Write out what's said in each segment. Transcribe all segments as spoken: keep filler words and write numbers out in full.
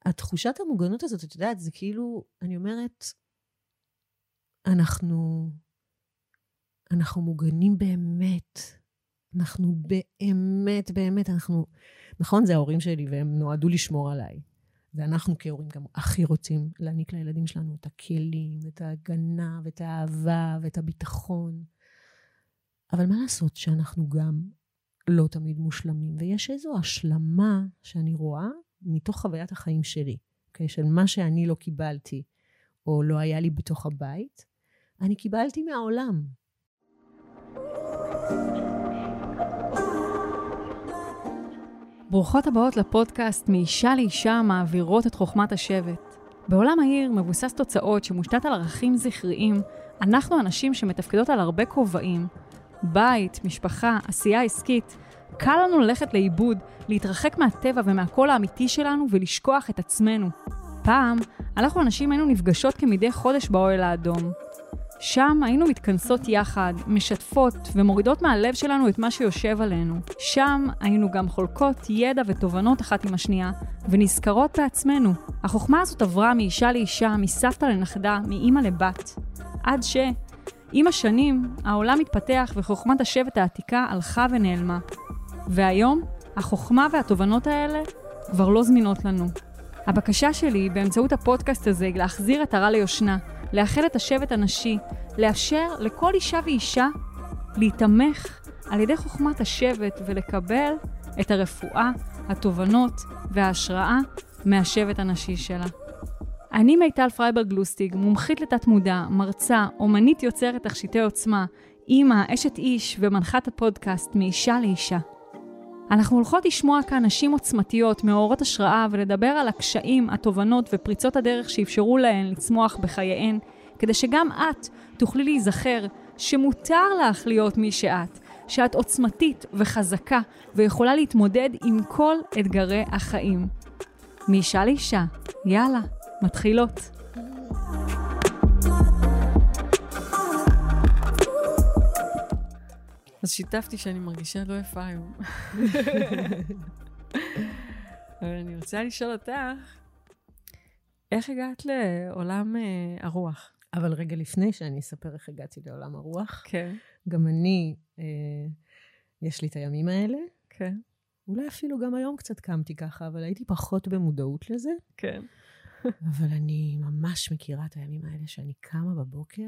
התחושת המוגנות הזאת, את יודעת, זה כאילו, אני אומרת, אנחנו, אנחנו מוגנים באמת. אנחנו באמת, באמת, אנחנו, נכון, זה ההורים שלי, והם נועדו לשמור עליי. ואנחנו כהורים גם הכי רוצים להעניק לילדים שלנו את הכלים, את ההגנה, ואת האהבה, ואת הביטחון. אבל מה לעשות שאנחנו גם לא תמיד מושלמים, ויש איזו השלמה שאני רואה מתוך חוויית החיים שלי, okay? של מה שאני לא קיבלתי, או לא היה לי בתוך הבית, אני קיבלתי מהעולם. ברוכות הבאות לפודקאסט מאישה לאישה מעבירות את חוכמת השבט. בעולם העיר מבוסס תוצאות שמושתת על ערכים זכריים, אנחנו אנשים שמתפקדות על הרבה כובעים, בית, משפחה, עשייה עסקית. קל לנו ללכת לאיבוד, להתרחק מהטבע ומהקול האמיתי שלנו ולשכוח את עצמנו. פעם, אנחנו אנשים היינו נפגשות כמדי חודש באוהל האדום. שם היינו מתכנסות יחד, משתפות ומורידות מהלב שלנו את מה שיושב עלינו. שם היינו גם חולקות ידע ותובנות אחת עם השנייה, ונזכרות בעצמנו. החוכמה הזאת עברה מאישה לאישה, מסבתא לנכדה, מאמא לבת. עד ש... עם השנים, העולם התפתח וחוכמת השבט העתיקה הלכה ונעלמה. והיום, החוכמה והתובנות האלה כבר לא זמינות לנו. הבקשה שלי באמצעות הפודקאסט הזה היא להחזיר את הרע ליושנה, לאחל את השבט הנשי, לאפשר לכל אישה ואישה להתמך על ידי חוכמת השבט ולקבל את הרפואה, התובנות וההשראה מהשבט הנשי שלה. אני מיטל פרייברג גלוסטיג, מומחית לתת מודע, מרצה, אומנית יוצרת תכשיטי עוצמה, אימא, אשת איש ומנחת הפודקאסט מאישה לאישה. אנחנו הולכות לשמוע כאן נשים עוצמתיות, מאורות השראה, ולדבר על הקשיים, התובנות ופריצות הדרך שאפשרו להן לצמוח בחייהן, כדי שגם את תוכלי להיזכר שמותר לך להיות מי שאת, שאת עוצמתית וחזקה ויכולה להתמודד עם כל אתגרי החיים. מאישה לאישה, יאללה, מתחילות. אז שיתפתי שאני מרגישה לא יפה היום. אבל אני רוצה לשאול אותך, איך הגעת לעולם אה, הרוח? אבל רגע לפני שאני אספר איך הגעתי לעולם הרוח, כן. גם אני, אה, יש לי את הימים האלה. כן. אולי אפילו גם היום קצת קמתי ככה, אבל הייתי פחות במודעות לזה. כן. אבל אני ממש מכירה את הימים האלה שאני קמה בבוקר,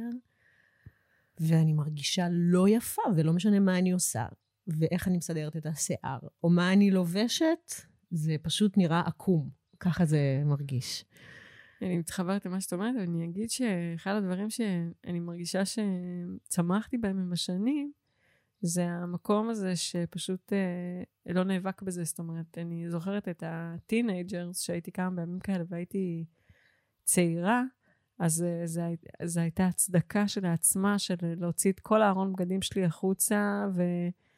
ואני מרגישה לא יפה, ולא משנה מה אני עושה, ואיך אני מסדרת את השיער, או מה אני לובשת, זה פשוט נראה עקום. ככה זה מרגיש. אני מתחברת למה שאת אומרת, ואני אגיד שאחד הדברים שאני מרגישה שצמחתי בהם עם השנים, זה המקום הזה שפשוט אה, לא נאבק בזה. זאת אומרת, אני זוכרת את הטינג'רס שהייתי כמה בימים כאלה, והייתי צעירה, אז זה, זה הייתה הצדקה של העצמה, של להוציא את כל הארון בגדים שלי החוצה, ו,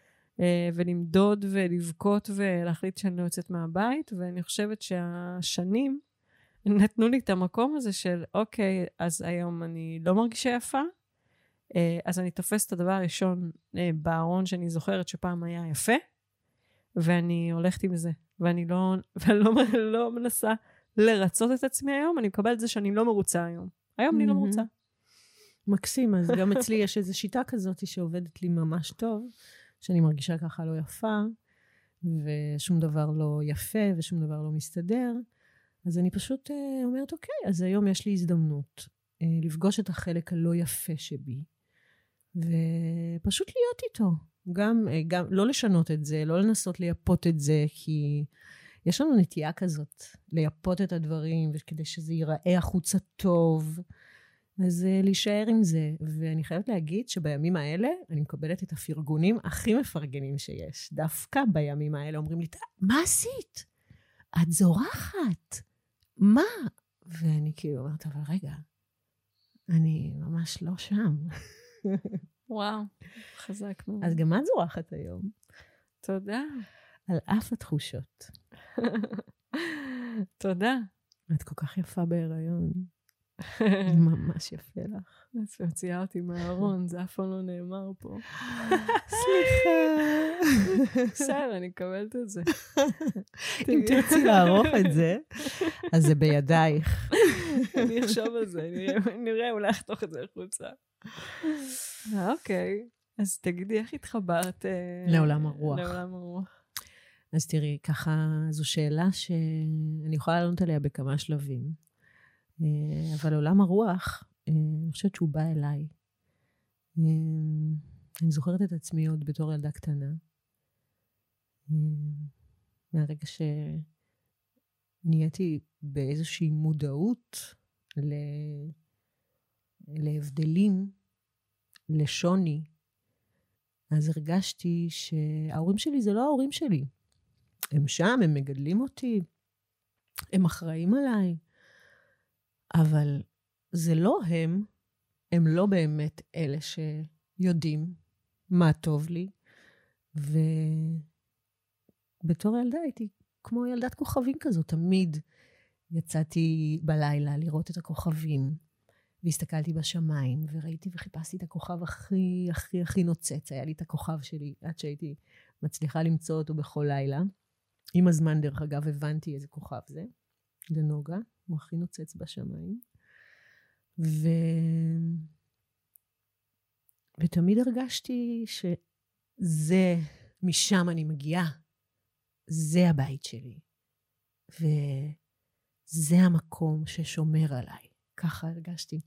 ולמדוד ולבכות ולהחליט שאני לא יוצאת מהבית, ואני חושבת שהשנים נתנו לי את המקום הזה של, אוקיי, אז היום אני לא מרגישה יפה, אז אני תופסת את הדבר הראשון בארון שאני זוכרת שפעם היה יפה, ואני הולכת עם זה, ואני לא, ואני לא, לא מנסה לרצות את עצמי היום, אני מקבלת את זה שאני לא מרוצה היום. היום אני לא מרוצה. מקסים, אז גם אצלי יש איזו שיטה כזאת שעובדת לי ממש טוב, שאני מרגישה ככה לא יפה, ושום דבר לא יפה, ושום דבר לא מסתדר, אז אני פשוט אומרת, אוקיי, אז היום יש לי הזדמנות לפגוש את החלק הלא יפה שבי, ופשוט להיות איתו. גם, גם לא לשנות את זה, לא לנסות לייפות את זה, כי יש לנו נטייה כזאת, לייפות את הדברים, כדי שזה ייראה החוצה טוב, אז להישאר עם זה. ואני חייבת להגיד שבימים האלה, אני מקבלת את הפרגונים הכי מפרגנים שיש. דווקא בימים האלה אומרים לי, מה עשית? את זורחת. מה? ואני כאילו אומרת, אבל רגע, אני ממש לא שם. וואו, חזק מאוד. אז גם את זורחת היום. תודה. על אף התחושות. תודה. את כל כך יפה בהיריון. ממש יפה לך. את מוציאה אותי מהארון, זה אף פעם לא נאמר פה. סליחה. בסדר, אני מקבלת את זה. אם תרצי לערוך את זה, אז זה בידייך. אני אחשוב על זה, נראה אולי אחתוך את זה החוצה. אוקיי, אז תגידי, איך התחברת לעולם הרוח? לעולם הרוח. אז תראי, ככה, זו שאלה שאני יכולה לענות עליה בכמה שלבים. אבל עולם הרוח, אני חושבת שהוא בא אליי. אני זוכרת את עצמי עוד בתור ילדה קטנה. מהרגע שנהייתי באיזושהי מודעות להבדלים, לשוני, אז הרגשתי שההורים שלי זה לא ההורים שלי. הם שם, הם מגדלים אותי, הם אחראים עליי, אבל זה לא הם, הם לא באמת אלה שיודעים מה טוב לי, ובתור ילדה הייתי כמו ילדת כוכבים כזאת, תמיד יצאתי בלילה לראות את הכוכבים, והסתכלתי בשמיים, וראיתי וחיפשתי את הכוכב הכי, הכי, הכי נוצץ. היה לי את הכוכב שלי, עד שהייתי מצליחה למצוא אותו בכל לילה. עם הזמן, דרך אגב, הבנתי איזה כוכב זה. זה נוגה, הוא הכי נוצץ בשמיים. ו... ותמיד הרגשתי שזה, משם אני מגיעה. זה הבית שלי. וזה המקום ששומר עליי. ככה הרגשתי.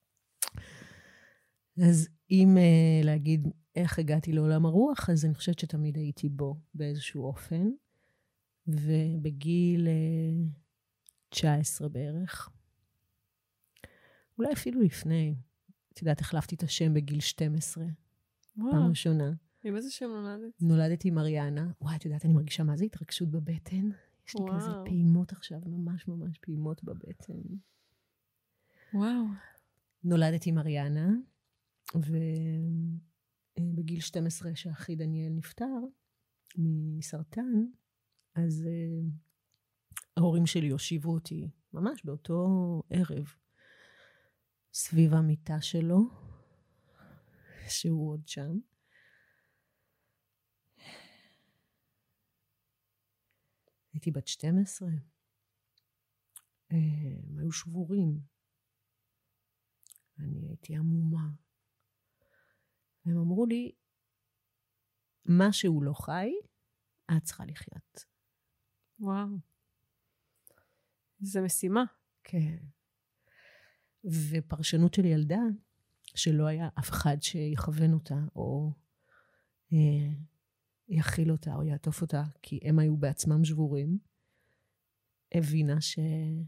אז אם uh, להגיד איך הגעתי לעולם הרוח, אז אני חושבת שתמיד הייתי בו באיזשהו אופן. ובגיל uh, תשע עשרה בערך, אולי אפילו לפני, את יודעת, החלפתי את השם בגיל שתים עשרה. וואו. פעם ראשונה. עם איזה שם נולדת? נולדתי מריאנה. וואי, את יודעת, אני מרגישה מה זה התרגשות בבטן. יש לי וואו. כזה פעימות עכשיו, ממש ממש פעימות בבטן. וואו. נולדתי מריאנה, ובגיל שתים עשרה שאחי דניאל נפטר מסרטן, אז uh, ההורים שלי הושיבו אותי ממש באותו ערב, סביב המיטה שלו, שהוא עוד שם. הייתי בת שתים עשרה. הם היו שבורים. אני הייתי עמומה. והם אמרו לי, מה שהוא לא חי, את צריכה לחיות. וואו. זה משימה. כן. ופרשנות של ילדה, שלא היה אף אחד שיכוון אותה, או אה, יכיל אותה, או יעטוף אותה, כי הם היו בעצמם שבורים, הבינה שאני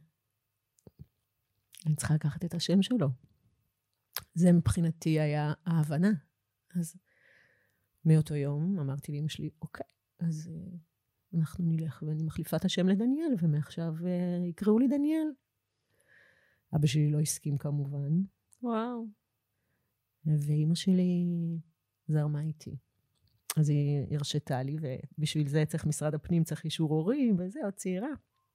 צריכה לקחת את השם שלו. זה מבחינתי היה ההבנה. אז מאותו יום אמרתי לאמא שלי, אוקיי, אז uh, אנחנו נלך, ואני מחליפה את השם לדניאל, ומעכשיו uh, יקראו לי דניאל. אבא שלי לא הסכים כמובן. וואו. ואמא שלי זרמה איתי. אז היא הרשתה לי, ובשביל זה צריך משרד הפנים, צריך אישור הורים, וזה עוד צעירה.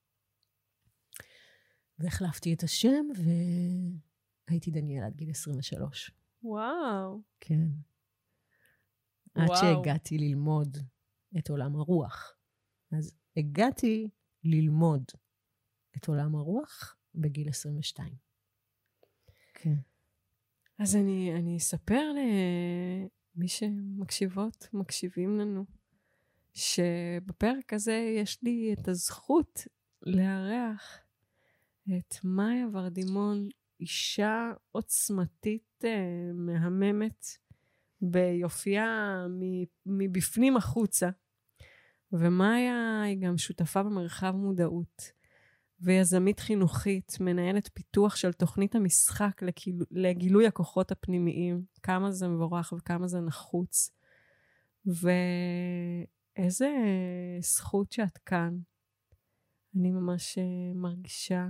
והחלפתי את השם, והייתי דניאל עד גיל עשרים ושלוש. וואו. כן. עד שהגעתי ללמוד את עולם הרוח. אז הגעתי ללמוד את עולם הרוח בגיל עשרים ושתיים. כן. אז אני, אני אספר למי שמקשיבות, מקשיבים לנו, שבפרק הזה יש לי את הזכות לארח את מאיה ורדימון, אישה עוצמתית אה, מהממת, ביופייה מבפנים החוצה. ומאיה היא גם שותפה במרחב מודעות, ויזמית חינוכית, מנהלת פיתוח של תוכנית המשחק לגילו, לגילוי הכוחות הפנימיים, כמה זה מבורך וכמה זה נחוץ. ואיזה זכות שאת כאן. אני ממש מרגישה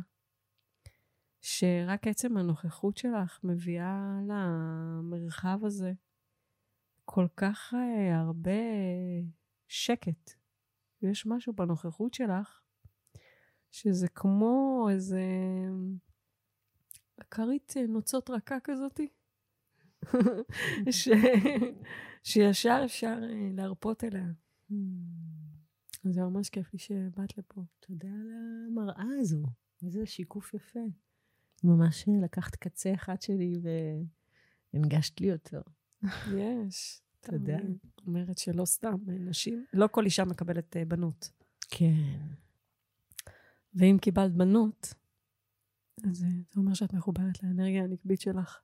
שרק עצם הנוכחות שלך מביאה למרחב הזה כל כך הרבה שקט. ויש משהו בנוכחות שלך שזה כמו איזה, כרית נוצות רכה כזאתי, ש... שישר אפשר להרפות אליה. זה ממש כיף לי שבאת לפה. תודה על המראה הזו. איזה שיקוף יפה. ממש לקחת קצה אחד שלי והנגשת לי אותו. יש. תודה. אומרת שלא סתם נשים, לא כל אישה מקבלת בנות. כן. ואם קיבלת בנות, אז זה אומר שאת מחוברת לאנרגיה הנקבית שלך.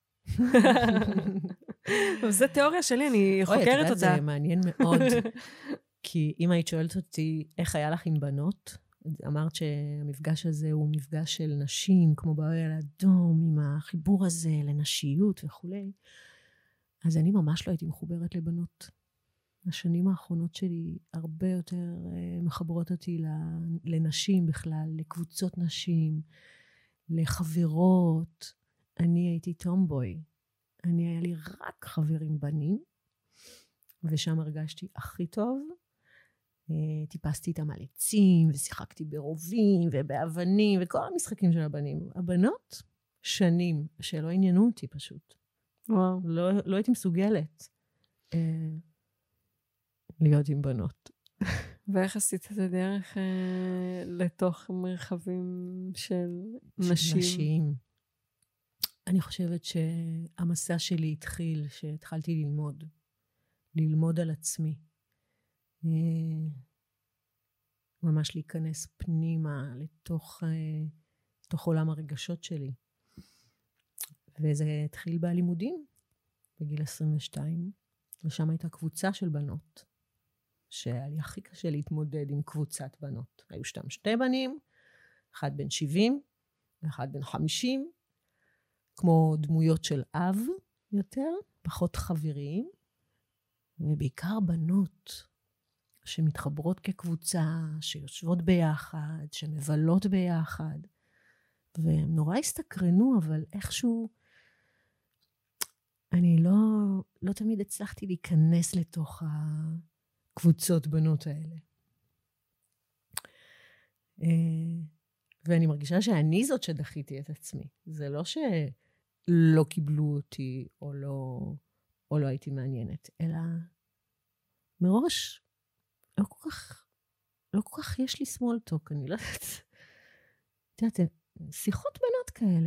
וזו תיאוריה שלי, אני חוקרת אותה. זה מעניין מאוד. כי אם היית שואלת אותי איך היה לך עם בנות, אמרת שהמפגש הזה הוא מפגש של נשים, כמו באוהל האדום, עם החיבור הזה לנשיות וכו'. אז אני ממש לא הייתי מחוברת לבנות. השנים האחרונות שלי הרבה יותר מחברות אותי לנשים בכלל, לקבוצות נשים, לחברות. אני הייתי טומבוי. אני היה לי רק חברים בנים, ושם הרגשתי הכי טוב. טיפסתי איתם על עצים, ושיחקתי ברובים ובאבנים, וכל המשחקים של הבנים. הבנות, שנים, שלא עניינו אותי פשוט. וואו. לא, לא הייתי מסוגלת אה, להיות עם בנות. ואיך עשית את הדרך אה, לתוך מרחבים של נשים? נשים. אני חושבת שהמסע שלי התחיל, שהתחלתי ללמוד. ללמוד על עצמי. אה, ממש להיכנס פנימה לתוך, אה, לתוך עולם הרגשות שלי. וזה התחיל בלימודים, בגיל עשרים ושתיים, ושם הייתה קבוצה של בנות, שהיה לי הכי קשה להתמודד עם קבוצת בנות. היו שתם שתי בנים, אחד בן שבעים, ואחד בן חמישים, כמו דמויות של אב יותר, פחות חבריים, ובעיקר בנות שמתחברות כקבוצה, שיושבות ביחד, שמבלות ביחד, והם נורא הסתקרנו, אבל איכשהו, אני לא, לא תמיד הצלחתי להיכנס לתוך הקבוצות בנות האלה. ואני מרגישה שאני זאת שדחיתי את עצמי. זה לא שלא קיבלו אותי, או לא, או לא הייתי מעניינת, אלא מראש, לא כל כך, לא כל כך יש לי small talk, אני לא יודעת. את יודעת, שיחות בנות כאלה.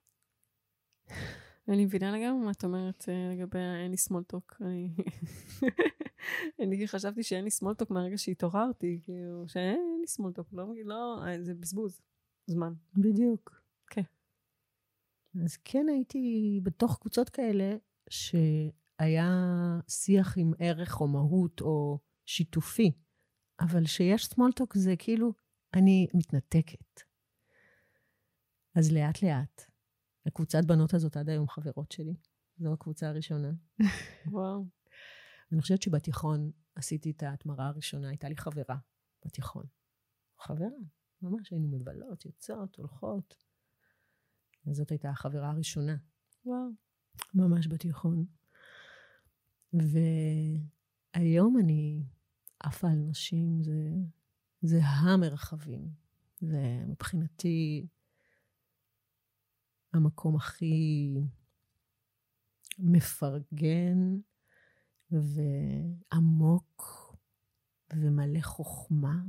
אני מבינה לגמרי מה את אומרת לגבי אין לי סמולטוק. אני... אני חשבתי שאין לי סמולטוק מהרגע שהתעוררתי, כאילו שאין לי סמולטוק, לא, לא, זה בזבוז זמן. בדיוק. כן. אז כן הייתי בתוך קבוצות כאלה, שהיה שיח עם ערך או מהות או שיתופי, אבל שיש סמולטוק זה כאילו, אני מתנתקת. אז לאט לאט, הקבוצת בנות הזאת עד היום חברות שלי. זו הקבוצה הראשונה. וואו. אני חושבת שבתיכון עשיתי את ההתמרה הראשונה, הייתה לי חברה בתיכון. חברה, ממש היינו מבלות, יוצאות, הולכות. אז זאת הייתה החברה הראשונה. וואו. ממש בתיכון. והיום אני עפה על נשים, זה, זה המרחבים. זה מבחינתי המקום הכי מפרגן ועמוק ומלא חוכמה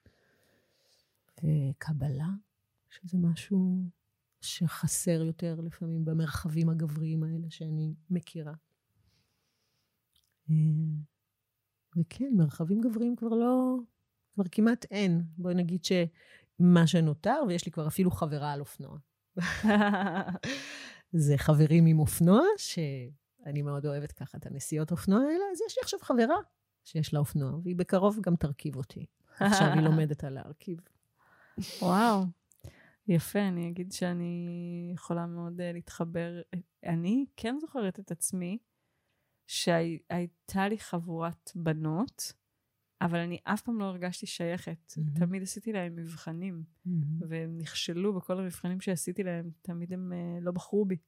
וקבלה, שזה משהו שחסר יותר לפעמים במרחבים הגבריים האלה שאני מכירה. וכן, מרחבים גבריים כבר לא, כבר כמעט אין. בואי נגיד שמה שנותר, ויש לי כבר אפילו חברה על אופנוע. זה חברים עם אופנוע, שאני מאוד אוהבת ככה את הנסיעות אופנוע האלה, אז יש לי עכשיו חברה שיש לה אופנוע, והיא בקרוב גם תרכיב אותי. עכשיו היא לומדת על להרכיב. וואו, יפה, אני אגיד שאני יכולה מאוד להתחבר. אני כן זוכרת את עצמי, שהייתה לי חבורת בנות, אבל אני אף פעם לא הרגשתי שייכת. Mm-hmm. תמיד עשיתי להם מבחנים, mm-hmm. והם נכשלו בכל המבחנים שעשיתי להם, תמיד הם uh, לא בחרו בי.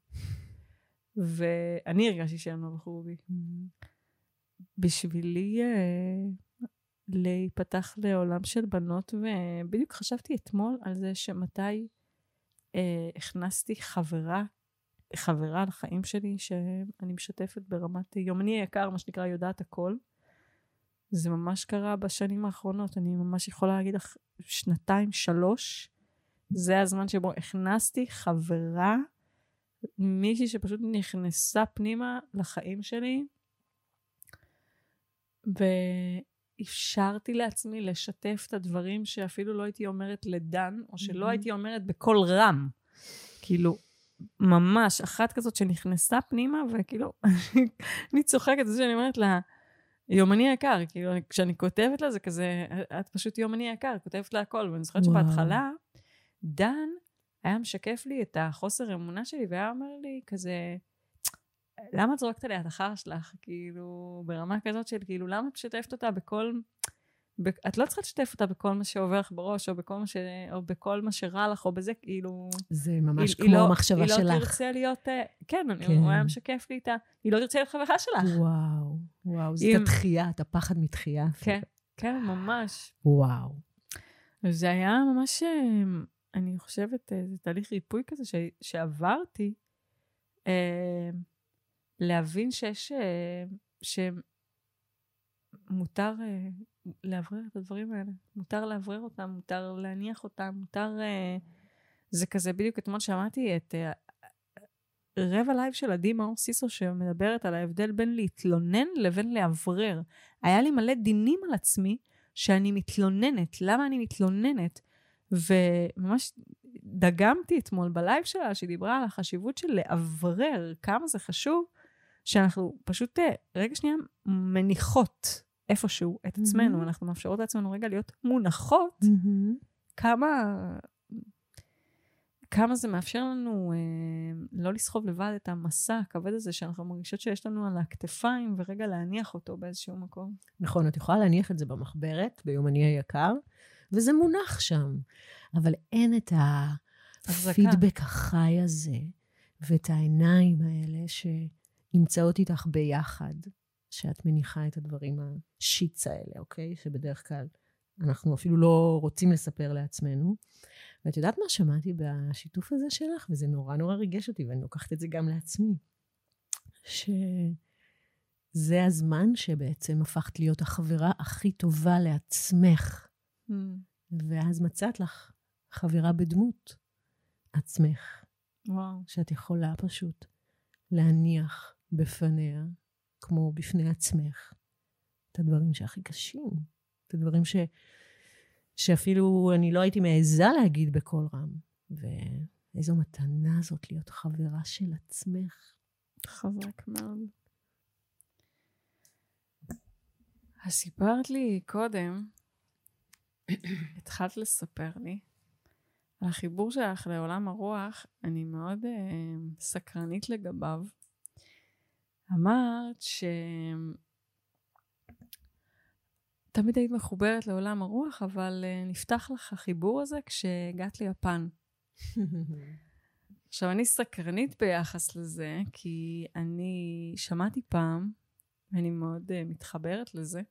ואני הרגשתי שהם לא בחרו בי. Mm-hmm. בשבילי uh, להיפתח לעולם של בנות, ובדיוק חשבתי אתמול על זה שמתי uh, הכנסתי חברה חברה לחיים שלי, שאני משתפת ברמת יומני היקר, מה שנקרא, יודעת הכל. זה ממש קרה בשנים האחרונות, אני ממש יכולה להגיד לך, שנתיים, שלוש, זה הזמן שבו הכנסתי חברה, מישהי שפשוט נכנסה פנימה לחיים שלי, ואפשרתי לעצמי לשתף את הדברים שאפילו לא הייתי אומרת לדן, או שלא mm-hmm. הייתי אומרת בכל רם. כאילו, ממש, אחת כזאת שנכנסה פנימה, וכאילו, אני צוחקת את זה שאני אומרת לה, יומני יקר, כאילו, כשאני כותבת לה, זה כזה, את פשוט יומני יקר, כותבת לה הכל, ואני זוכרת שבהתחלה, דן היה משקף לי את החוסר אמונה שלי, והיה אומר לי כזה, למה את זורקת עליה את החר שלך? כאילו, ברמה כזאת של, כאילו, למה את משתפת אותה בכל, ב, את לא צריכה לשתף אותה בכל מה שעובר לך בראש, או בכל מה, ש, או בכל מה שרע לך, או בזה, כאילו... זה ממש היא, כמו היא המחשבה לא, שלך. היא לא תרצה להיות, כן, כן. הוא היה משקף לי איתה, היא לא תרצה להיות חברה שלך. וואו, וואו, זאת עם... התחייה, את הפחד מתחייה. כן, כן, ממש. וואו. זה היה ממש, אני חושבת, זה תהליך ריפוי כזה ש, שעברתי, אה, להבין שיש, שמותר לאוורר את הדברים האלה. מותר לאוורר אותם, מותר להניח אותם, מותר... זה כזה בדיוק אתמול שמעתי את רבע לייב של עדי מאור סיסו, שמדברת על ההבדל בין להתלונן לבין לאוורר. היה לי מלא דינים על עצמי שאני מתלוננת. למה אני מתלוננת? וממש דגמתי אתמול בלייב שלה, שהיא דיברה על החשיבות של לאוורר, כמה זה חשוב, שאנחנו פשוט רגע שנייה מניחות איפשהו את עצמנו, mm-hmm. אנחנו מאפשרות לעצמנו רגע להיות מונחות, mm-hmm. כמה, כמה זה מאפשר לנו אה, לא לסחוב לבד את המסע הכבד הזה, שאנחנו מרגישות שיש לנו על הכתפיים, ורגע להניח אותו באיזשהו מקום. נכון, את יכולה להניח את זה במחברת, ביומני היקר, וזה מונח שם, אבל אין את הפידבק החי הזה, ואת העיניים האלה ש... נמצאות איתך ביחד, שאת מניחה את הדברים השיץ האלה, אוקיי? שבדרך כלל אנחנו אפילו לא רוצים לספר לעצמנו. ואת יודעת מה שמעתי בשיתוף הזה שלך? וזה נורא נורא ריגש אותי, ואני לוקחת את זה גם לעצמי. שזה הזמן שבעצם הפכת להיות החברה הכי טובה לעצמך. Mm. ואז מצאת לך חברה בדמות עצמך. וואו. שאת יכולה פשוט להניח בפניה, כמו בפני עצמך, את הדברים שהכי קשים, את הדברים ש... שאפילו אני לא הייתי מעיזה להגיד בכל רם. ואיזו מתנה זאת להיות חברה של עצמך. חזק מאוד. אז סיפרת לי קודם, התחלת לספר לי, על החיבור שלך לעולם הרוח, אני מאוד uh, סקרנית לגביו. אמרת ש... תמיד היית מחוברת לעולם הרוח, אבל uh, נפתח לך החיבור הזה כשהגעת ליפן. עכשיו, אני סקרנית ביחס לזה, כי אני שמעתי פעם, ואני מאוד uh, מתחברת לזה,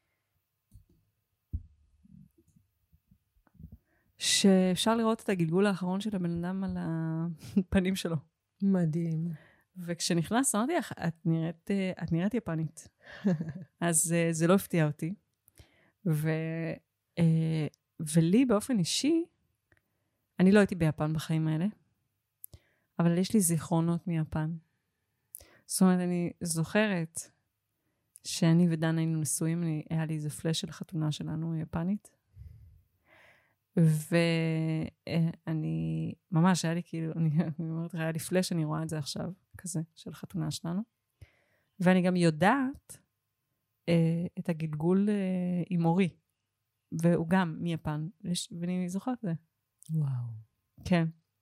שאפשר לראות את הגלגול האחרון של הבן אדם על הפנים שלו. מדהים. וכשנכנס, אמרתי לך, את נראית, את נראית יפנית. אז זה לא הפתיע אותי. ו, ולי באופן אישי, אני לא הייתי ביפן בחיים האלה, אבל יש לי זיכרונות מיפן. זאת אומרת, אני זוכרת שאני ודן היינו נשואים, היה לי איזה פלאש של החתונה שלנו יפנית, ואני, ממש היה לי כאילו, אני אומרת, היה לי פלאש, אני רואה את זה עכשיו, כזה, של החתונה שלנו. ואני גם יודעת אה, את הגלגול אה, עם אורי, והוא גם מיפן, ואני זוכרת את זה. וואו. כן.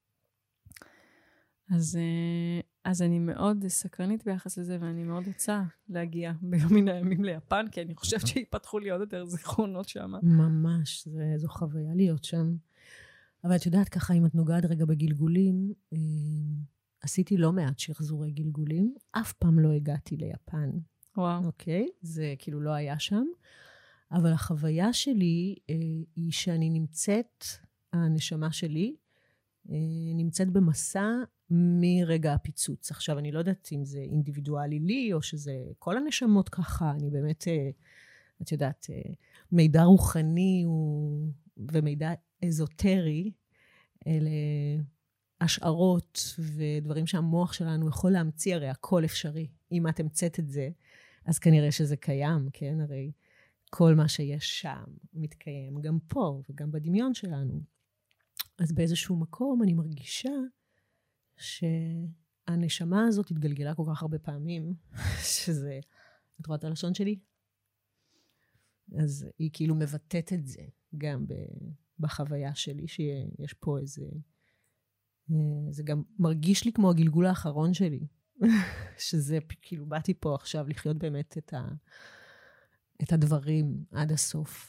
אז, אה, אז אני מאוד סקרנית ביחס לזה, ואני מאוד רוצה להגיע ביום מן הימים ליפן, כי אני חושבת שיפתחו לי עוד יותר זיכרונות שם. ממש, זה, זו חוויה להיות שם. אבל את יודעת ככה, אם את נוגעת רגע בגלגולים, אה, עשיתי לא מעט שחזורי גלגולים, אף פעם לא הגעתי ליפן. וואו. אוקיי? זה כאילו לא היה שם. אבל החוויה שלי אה, היא שאני נמצאת, הנשמה שלי, אה, נמצאת במסע מרגע הפיצוץ. עכשיו, אני לא יודעת אם זה אינדיבידואלי לי, או שזה כל הנשמות ככה, אני באמת, את יודעת, מידע רוחני הוא, ומידע אזוטרי, אלה השערות ודברים שהמוח שלנו יכול להמציא, הרי הכל אפשרי. אם את המצאת את זה, אז כנראה שזה קיים, כן? הרי כל מה שיש שם מתקיים גם פה וגם בדמיון שלנו. אז באיזשהו מקום אני מרגישה שהנשמה הזאת התגלגלה כל כך הרבה פעמים, שזה, את רואה את הלשון שלי? אז היא כאילו מבטאת את זה גם בחוויה שלי, שיש פה איזה, זה גם מרגיש לי כמו הגלגול האחרון שלי, שזה כאילו באתי פה עכשיו לחיות באמת את, ה, את הדברים עד הסוף.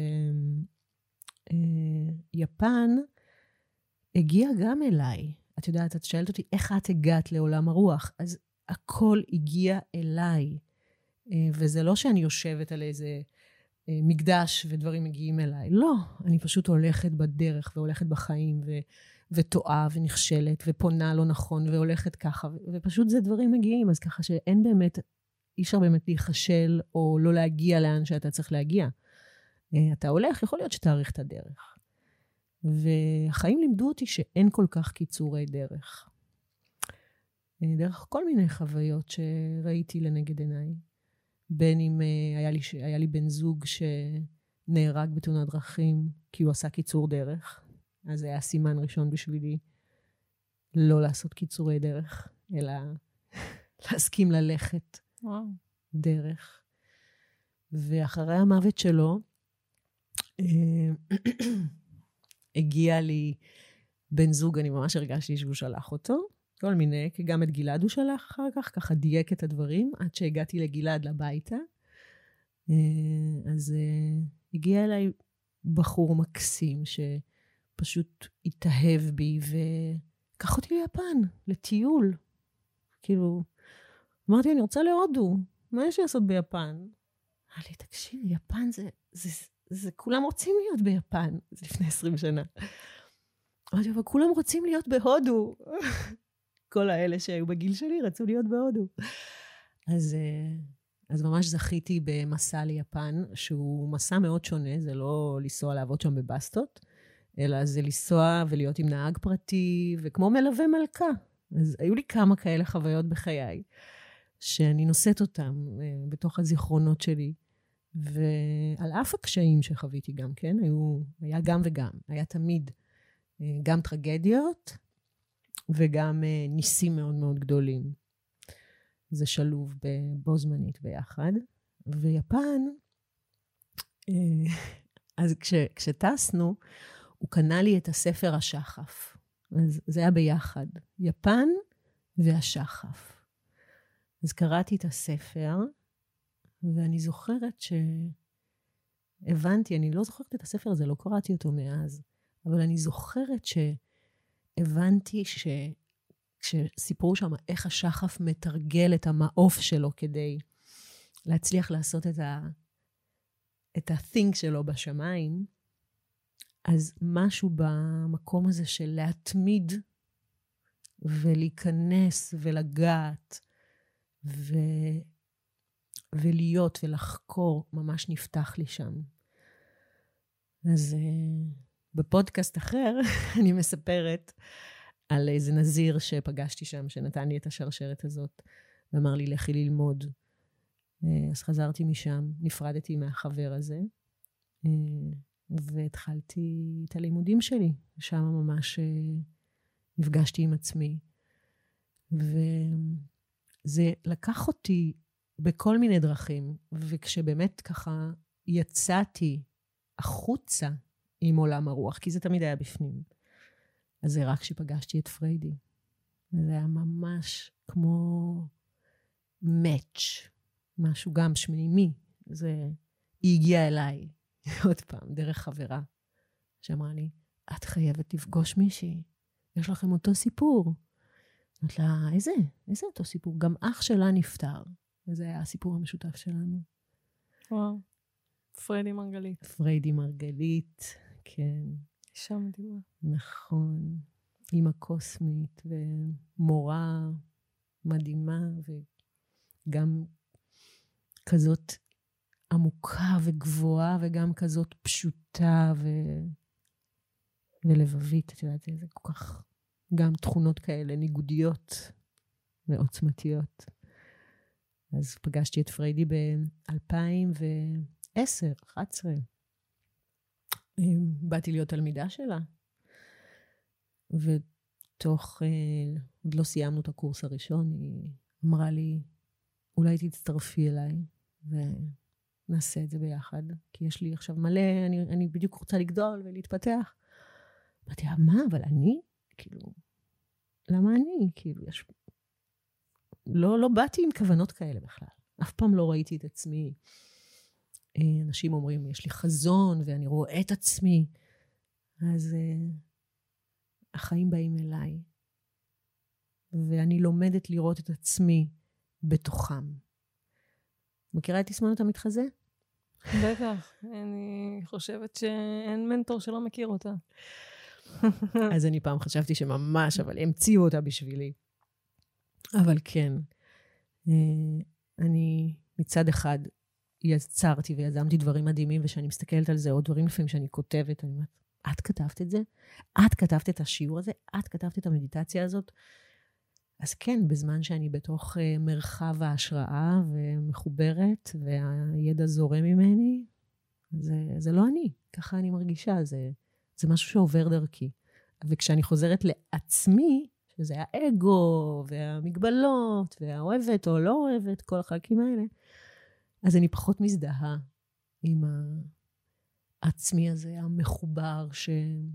ויפן הגיע גם אליי. את יודעת, את שאלת אותי איך את הגעת לעולם הרוח, אז הכל הגיע אליי. וזה לא שאני יושבת על איזה מקדש ודברים מגיעים אליי. לא, אני פשוט הולכת בדרך והולכת בחיים ו... וטועה ונכשלת ופונה לא נכון והולכת ככה, ופשוט זה דברים מגיעים, אז ככה שאין באמת, אי אפשר באמת להיחשל או לא להגיע לאן שאתה צריך להגיע. אתה הולך, יכול להיות שתאריך את הדרך. והחיים לימדו אותי שאין כל כך קיצורי דרך. דרך כל מיני חוויות שראיתי לנגד עיניי. בין אם היה לי, היה לי בן זוג שנהרג בתאונת דרכים, כי הוא עשה קיצור דרך. אז זה היה סימן ראשון בשבילי לא לעשות קיצורי דרך, אלא להסכים ללכת וואו. דרך. ואחרי המוות שלו, הגיע לי בן זוג, אני ממש הרגשתי שהוא שלח אותו, כל מיני, כי גם את גלעד הוא שלח אחר כך, ככה דייק את הדברים, עד שהגעתי לגלעד לביתה. אז הגיע אליי בחור מקסים, שפשוט התאהב בי, וקח אותי ליפן, לטיול. כאילו, אמרתי, אני רוצה להודו, מה יש לעשות ביפן? אמר לי, תקשיב, יפן זה, זה, זה, זה, כולם רוצים להיות ביפן, זה לפני עשרים שנה. אמרתי, אבל כולם רוצים להיות בהודו. כל האלה שהיו בגיל שלי רצו להיות בהודו. אז, אז ממש זכיתי במסע ליפן, שהוא מסע מאוד שונה, זה לא לנסוע לעבוד שם בבסטות, אלא זה לנסוע ולהיות עם נהג פרטי, וכמו מלווה מלכה. אז היו לי כמה כאלה חוויות בחיי, שאני נושאת אותם בתוך הזיכרונות שלי, ועל אף הקשיים שחוויתי גם, כן? היו, היה גם וגם, היה תמיד גם טרגדיות, וגם ניסים מאוד מאוד גדולים. זה שלוב בו זמנית ביחד. ויפן, אז כש, כשטסנו, הוא קנה לי את הספר השחף. אז זה היה ביחד. יפן והשחף. אז קראתי את הספר, ואני זוכרת שהבנתי, אני לא זוכרת את הספר הזה, לא קראתי אותו מאז, אבל אני זוכרת שהבנתי ש... כשסיפרו שם איך השחף מתרגל את המעוף שלו כדי להצליח לעשות את ה... את ה-thing שלו בשמיים, אז משהו במקום הזה של להתמיד ולהיכנס ולגעת ו... ולהיות ולחקור ממש נפתח לי שם. אז uh, בפודקאסט אחר אני מספרת על איזה נזיר שפגשתי שם, שנתן לי את השרשרת הזאת, ואמר לי, לכי ללמוד. אז חזרתי משם, נפרדתי מהחבר הזה, והתחלתי את הלימודים שלי. שם ממש נפגשתי עם עצמי. וזה לקח אותי בכל מיני דרכים, וכשבאמת ככה יצאתי החוצה עם עולם הרוח, כי זה תמיד היה בפנים. אז זה רק שפגשתי את פריידי. זה היה ממש כמו match, משהו גם שמימי. זה, היא הגיעה אליי, עוד פעם, דרך חברה, שאמרה לי, את חייבת לפגוש מישהי, יש לכם אותו סיפור. אמרת לה, איזה? איזה אותו סיפור? גם אח שלה נפטר. וזה היה הסיפור המשותף שלנו. וואו. פריידי מרגלית. פריידי מרגלית, כן. אישה מדהימה. נכון. אימא קוסמית ומורה מדהימה, וגם כזאת עמוקה וגבוהה, וגם כזאת פשוטה ו... ולבבית, את יודעת, זה כל כך, גם תכונות כאלה, ניגודיות ועוצמתיות. אז פגשתי את פריידי ב-אלפיים ועשר, אחת עשרה. באתי להיות תלמידה שלה, ותוך, אה, עוד לא סיימנו את הקורס הראשון, היא אמרה לי, אולי תצטרפי אליי, ונעשה את זה ביחד, כי יש לי עכשיו מלא, אני, אני בדיוק רוצה לגדול ולהתפתח. אמרתי, מה, אבל אני? כאילו, למה אני? כאילו, יש... לא, לא באתי עם כוונות כאלה בכלל. אף פעם לא ראיתי את עצמי. אנשים אומרים, יש לי חזון, ואני רואה את עצמי. אז uh, החיים באים אליי. ואני לומדת לראות את עצמי בתוכם. מכירה את תסמונת המתחזה? בטח. אני חושבת שאין מנטור שלא מכיר אותה. אז אני פעם חשבתי שממש, אבל המציאו אותה בשבילי. אבל כן, אני מצד אחד יצרתי ויזמתי דברים מדהימים, ושאני מסתכלת על זה, עוד דברים לפעמים שאני כותבת, אני אומרת, את כתבת את זה? את כתבת את השיעור הזה? את כתבת את המדיטציה הזאת? אז כן, בזמן שאני בתוך מרחב ההשראה ומחוברת, והידע זורם ממני, זה, זה לא אני, ככה אני מרגישה, זה, זה משהו שעובר דרכי. וכשאני חוזרת לעצמי, שזה האגו, והמגבלות, והאוהבת או לא אוהבת, כל החלקים האלה, אז אני פחות מזדהה עם העצמי הזה, המחובר, ש...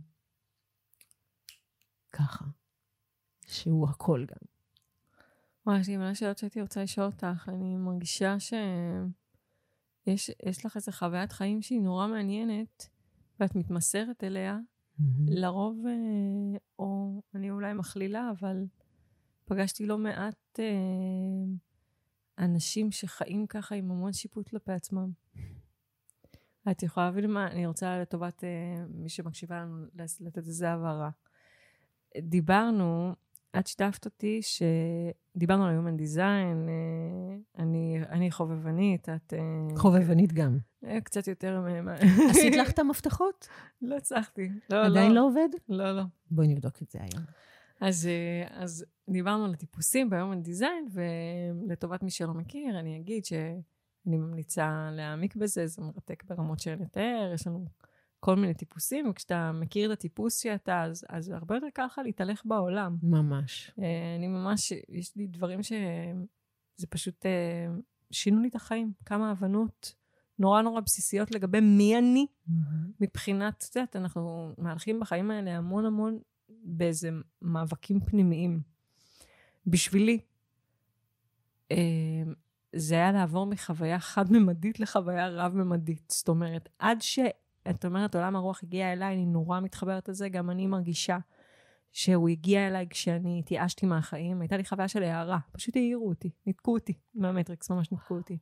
ככה, שהוא הכל גם. וואי, יש לי מלא שאלות שהייתי רוצה לשאול אותך. אני מרגישה שיש יש לך איזו חוויית חיים שהיא נורא מעניינת, ואת מתמסרת אליה, mm-hmm. לרוב, או אני אולי מכלילה, אבל פגשתי לא מעט אה, אנשים שחיים ככה עם המון שיפוט כלפי עצמם. את יכולה להבין מה, אני רוצה לטובת אה, מי שמקשיבה לנו לתת איזה הבהרה. דיברנו, את שיתפת אותי שדיברנו על Human Design, אני, אני חובבנית, את... חובבנית גם. קצת יותר... עשית לך את המפתחות? לא הצלחתי. לא, עדיין לא. לא עובד? לא, לא. בואי נבדוק את זה היום. אז, אז דיברנו על הטיפוסים ב-Human Design, ולטובת מי שלא מכיר, אני אגיד שאני ממליצה להעמיק בזה, זה מרתק ברמות של נתאר, יש לנו... כל מיני טיפוסים, וכשאתה מכיר את הטיפוס שאתה, אז, אז הרבה יותר קל לך להתהלך בעולם. ממש. אני ממש, יש לי דברים שזה פשוט שינו לי את החיים, כמה הבנות נורא נורא בסיסיות לגבי מי אני, mm-hmm. מבחינת, את יודעת, אנחנו מהלכים בחיים האלה המון המון באיזה מאבקים פנימיים. בשבילי, זה היה לעבור מחוויה חד-ממדית לחוויה רב-ממדית. זאת אומרת, עד ש... את אומרת, עולם הרוח הגיע אליי, אני נורא מתחברת לזה, גם אני מרגישה שהוא הגיע אליי כשאני התייאשתי מהחיים, הייתה לי חוויה של הערה, פשוט העירו אותי, ניתקו אותי מהמטריקס, ממש ניתקו אותי.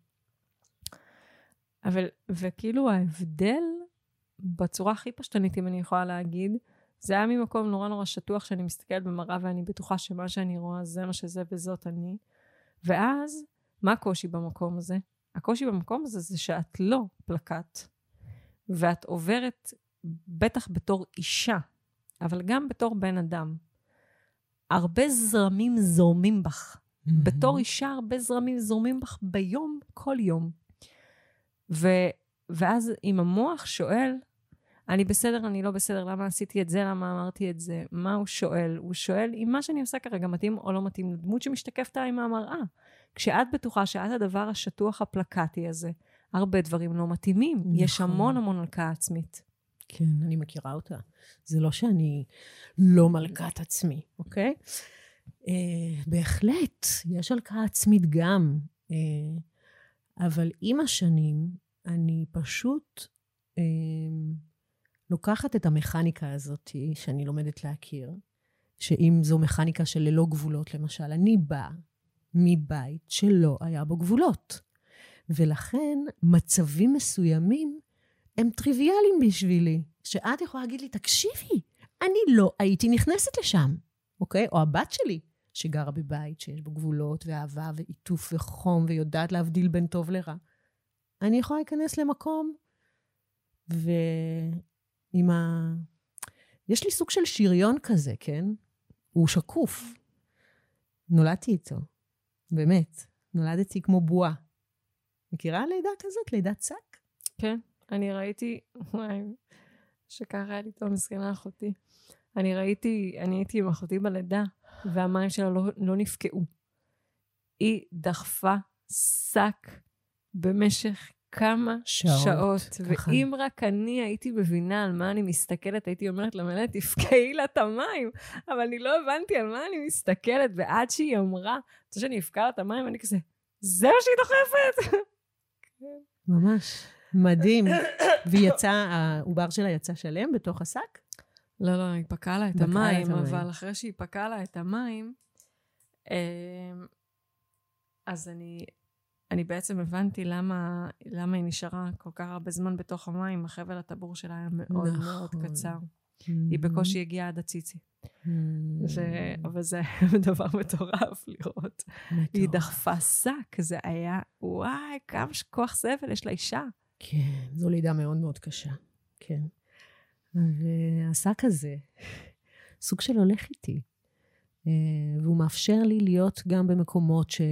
אבל, וכאילו ההבדל, בצורה הכי פשטנית, אם אני יכולה להגיד, זה היה ממקום נורא נורא שטוח, שאני מסתכלת במראה, ואני בטוחה שמה שאני רואה, זה מה שזה וזאת אני. ואז, מה הקושי במקום הזה? הקושי במקום הזה, זה שאת לא פלקט. ואת עוברת, בטח בתור אישה, אבל גם בתור בן אדם. הרבה זרמים זורמים בך. Mm-hmm. בתור אישה, הרבה זרמים זורמים בך ביום, כל יום. ו, ואז אם המוח שואל, אני בסדר, אני לא בסדר, למה עשיתי את זה, למה אמרתי את זה, מה הוא שואל? הוא שואל אם מה שאני עושה כרגע מתאים או לא מתאים לדמות שמשתקפת עם המראה. כשאת בטוחה שאת הדבר השטוח הפלקטי הזה, הרבה דברים לא מתאימים. נכון. יש המון המון הלקאה עצמית. כן, אני מכירה אותה. זה לא שאני לא מלכת עצמי, אוקיי? אה, בהחלט, יש הלקאה עצמית גם. אה, אבל עם השנים, אני פשוט אה, לוקחת את המכניקה הזאת, שאני לומדת להכיר, שאם זו מכניקה של ללא גבולות, למשל, אני באה מבית שלא היה בו גבולות. ולכן מצבים מסוימים הם טריוויאליים בשבילי. שאת יכולה להגיד לי, תקשיבי, אני לא הייתי נכנסת לשם, אוקיי? או הבת שלי, שגרה בבית, שיש בו גבולות ואהבה ועיטוף וחום, ויודעת להבדיל בין טוב לרע. אני יכולה להיכנס למקום, ועם ה... יש לי סוג של שריון כזה, כן? הוא שקוף. נולדתי איתו. באמת. נולדתי כמו בועה. מכירה לידה כזאת? לידת שק? כן. אני ראיתי, וואי, שככה היה לי טוב מסכנה אחותי. אני ראיתי, אני הייתי עם אחותי בלידה, והמים שלה לא, לא נפקעו. היא דחפה שק במשך כמה שעות. שעות. ואם רק אני הייתי מבינה על מה אני מסתכלת, הייתי אומרת למלא, תפקעי לה את המים. אבל אני לא הבנתי על מה אני מסתכלת, ועד שהיא אמרה, אתה שאני אפקע לה את המים, אני כזה, זה מה שהיא דוחפת. ממש. מדהים. והיא יצאה, העובר שלה יצא שלם בתוך השק? לא, לא, היא פקעה לה את המים, אבל אחרי שהיא פקעה לה את המים, אז אני, אני בעצם הבנתי למה, למה היא נשארה כל כך הרבה זמן בתוך המים, החבל הטבור שלה היה מאוד מאוד קצר. היא בקושי הגיעה עד הציצי. אבל זה דבר מטורף לראות. היא דחפה שק, זה היה, וואי, כמה כוח סבל יש לאישה. כן, זו לידה מאוד מאוד קשה. כן. והשק הזה, סוג של הולך איתי. והוא מאפשר לי להיות גם במקומות ש...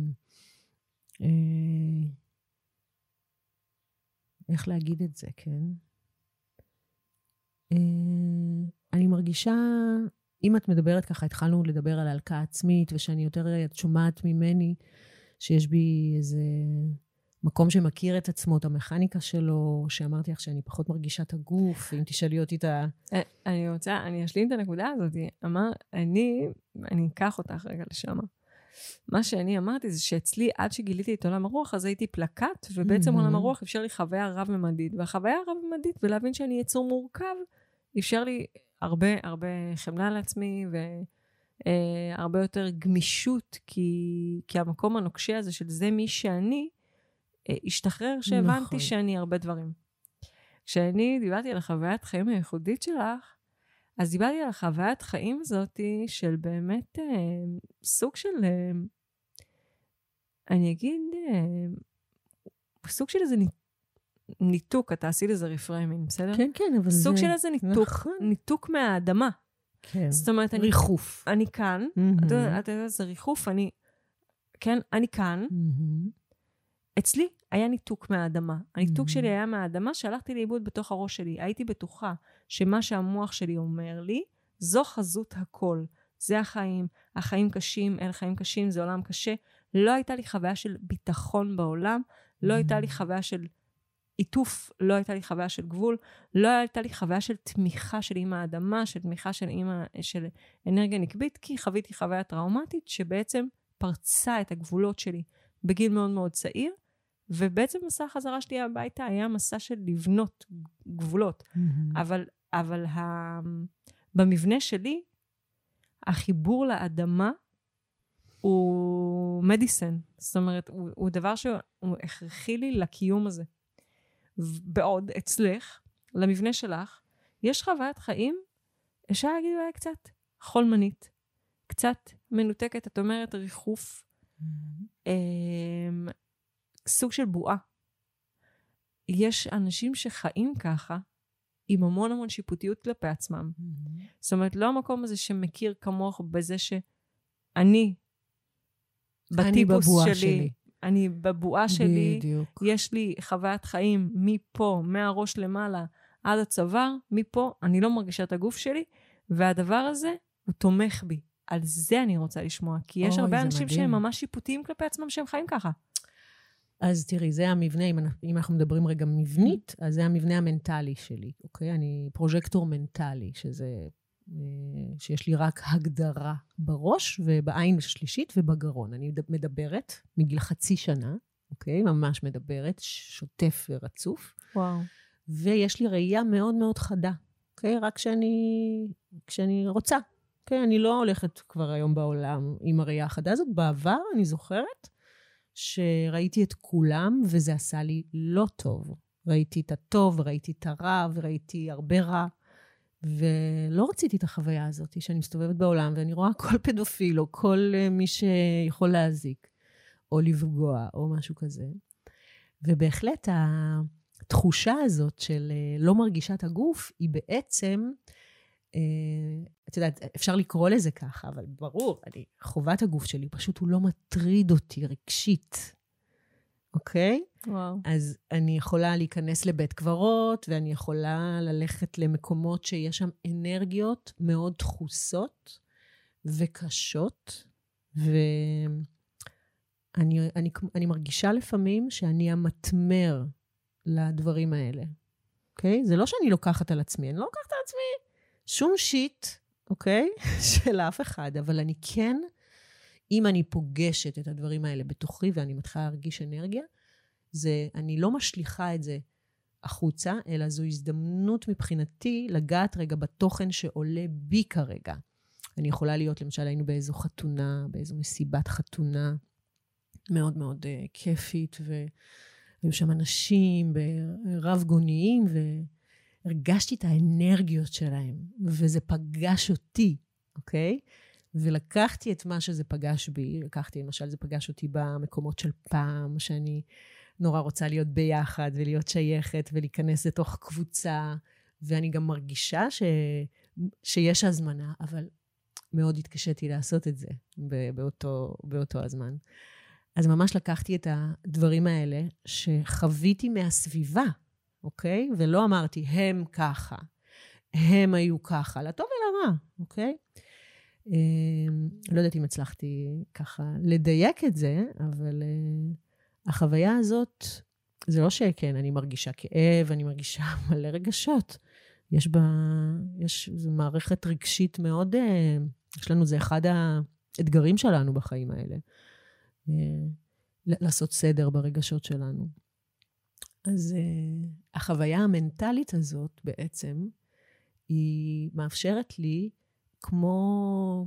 איך להגיד את זה, כן? אני מרגישה, אם את מדברת ככה, התחלנו לדבר על הלקאה עצמית, ושאני יותר, את שומעת ממני, שיש בי איזה מקום שמכיר את עצמו, את המכניקה שלו, שאמרתי לך שאני פחות מרגישה את הגוף, ואם תשאלי אותי את ה... אני רוצה, אני אשלים את הנקודה הזאת. אמר, אני, אני אקח אותך רגע לשם. מה שאני אמרתי זה שאצלי, עד שגיליתי את עולם הרוח, אז הייתי פלקט, ובעצם עולם הרוח אפשר לי חוויה רב-ממדית. והחוויה הרב-ממדית, ולהבין שאני יצור מורכב, אפשר לי הרבה, הרבה חמלה לעצמי, והרבה יותר גמישות, כי, כי המקום הנוקשה הזה של זה מי שאני, השתחרר שהבנתי נכון. שאני הרבה דברים. כשאני דיברתי על החוויית חיים הייחודית שלך, אז דיברתי על החוויית חיים הזאת של באמת אה, סוג של, אה, אני אגיד, אה, סוג של איזה ניתוק, אתה עשי לזה רפריימינג, בסדר? כן, כן, אבל סוג זה... של איזה ניתוק, נכון. ניתוק מהאדמה. כן, זאת אומרת, אני, ריחוף. אני כאן, mm-hmm. אתה יודע, אתה יודע, זה ריחוף, אני, כן, אני כאן, mm-hmm. אצלי היה ניתוק מהאדמה. הניתוק mm-hmm. שלי היה מהאדמה שהלכתי לאיבוד בתוך הראש שלי. הייתי בטוחה שמה שהמוח שלי אומר לי, זו חזות הכל. זה החיים. החיים קשים, אלה חיים קשים, זה עולם קשה. לא הייתה לי חוויה של ביטחון בעולם, לא mm-hmm. הייתה לי חוויה של עיטוף, לא הייתה לי חוויה של גבול, לא הייתה לי חוויה של תמיכה של אימא האדמה, של תמיכה של אימא, של אנרגיה נקבית, כי חוויתי חוויה טראומטית שבעצם פרצה את הגבולות שלי בגיל מאוד מאוד צעיר, ובעצם מסע החזרה שלי הביתה היה מסע של לבנות גבולות. Mm-hmm. אבל, אבל ה... במבנה שלי, החיבור לאדמה הוא מדיסן. זאת אומרת, הוא, הוא דבר שהוא הכרחי לי לקיום הזה. בעוד אצלך, למבנה שלך, יש חוויית חיים, אפשר להגיד אולי קצת חולמנית, קצת מנותקת, את אומרת ריחוף, mm-hmm. סוג של בועה. יש אנשים שחיים ככה, עם המון המון שיפוטיות כלפי עצמם. Mm-hmm. זאת אומרת, לא המקום הזה שמכיר כמוך בזה שאני, בטיפוס שלי, שלי, אני בבועה שלי, בדיוק. יש לי חוויית חיים מפה, מהראש למעלה, עד הצוואר, מפה, אני לא מרגישה את הגוף שלי, והדבר הזה הוא תומך בי. על זה אני רוצה לשמוע, כי יש הרבה אנשים מדהים. שהם ממש שיפוטיים כלפי עצמם שהם חיים ככה. אז תראי, זה המבנה, אם אנחנו מדברים רגע מבנית, אז זה המבנה המנטלי שלי, אוקיי? אני פרוז'קטור מנטלי, שזה, שיש לי רק הגדרה בראש ובעין השלישית ובגרון. אני מדברת מגיל חצי שנה, אוקיי? ממש מדברת, שוטף ורצוף. וואו. ויש לי ראייה מאוד מאוד חדה, אוקיי? רק כשאני, כשאני רוצה. אוקיי? אני לא הולכת כבר היום בעולם עם הראייה החדה הזאת. בעבר אני זוכרת, שראיתי את כולם, וזה עשה לי לא טוב. ראיתי את הטוב, ראיתי את הרע, וראיתי הרבה רע. ולא רציתי את החוויה הזאת, שאני מסתובבת בעולם, ואני רואה כל פדופיל, או כל מי שיכול להזיק, או לפגוע, או משהו כזה. ובהחלט התחושה הזאת של לא מרגישת הגוף, היא בעצם, את יודעת, אפשר לקרוא לזה ככה, אבל ברור, אני, חובת הגוף שלי, פשוט הוא לא מטריד אותי רגשית. אוקיי? וואו. אז אני יכולה להיכנס לבית קברות, ואני יכולה ללכת למקומות שיש שם אנרגיות מאוד דחוסות וקשות, ואני אני, אני מרגישה לפעמים שאני המתמר לדברים האלה. אוקיי? זה לא שאני לוקחת על עצמי, אני לא לוקחת על עצמי שום שיט, אוקיי? של אף אחד, אבל אני כן... אם אני פוגשת את הדברים האלה בתוכי, ואני מתחילה להרגיש אנרגיה, זה, אני לא משליחה את זה החוצה, אלא זו הזדמנות מבחינתי לגעת רגע בתוכן שעולה בי כרגע. אני יכולה להיות, למשל, היינו באיזו חתונה, באיזו מסיבת חתונה, מאוד מאוד uh, כיפית, והיו שם אנשים רב גוניים, והרגשתי את האנרגיות שלהם, וזה פגש אותי, אוקיי? ולקחתי את מה שזה פגש בי, לקחתי, למשל, זה פגש אותי במקומות של פעם, שאני נורא רוצה להיות ביחד, ולהיות שייכת, ולהיכנס לתוך קבוצה, ואני גם מרגישה ש... שיש הזמנה, אבל מאוד התקשיתי לעשות את זה באותו, באותו הזמן. אז ממש לקחתי את הדברים האלה, שחוויתי מהסביבה, אוקיי? ולא אמרתי, הם ככה, הם היו ככה, לטוב ולרע, אוקיי? לא יודעת אם הצלחתי ככה לדייק את זה, אבל החוויה הזאת, זה לא שכן, אני מרגישה כאב, אני מרגישה מלא רגשות. יש בה, יש, זו מערכת רגשית מאוד, יש לנו, זה אחד האתגרים שלנו בחיים האלה. לעשות סדר ברגשות שלנו. אז החוויה המנטלית הזאת בעצם, היא מאפשרת לי כמו,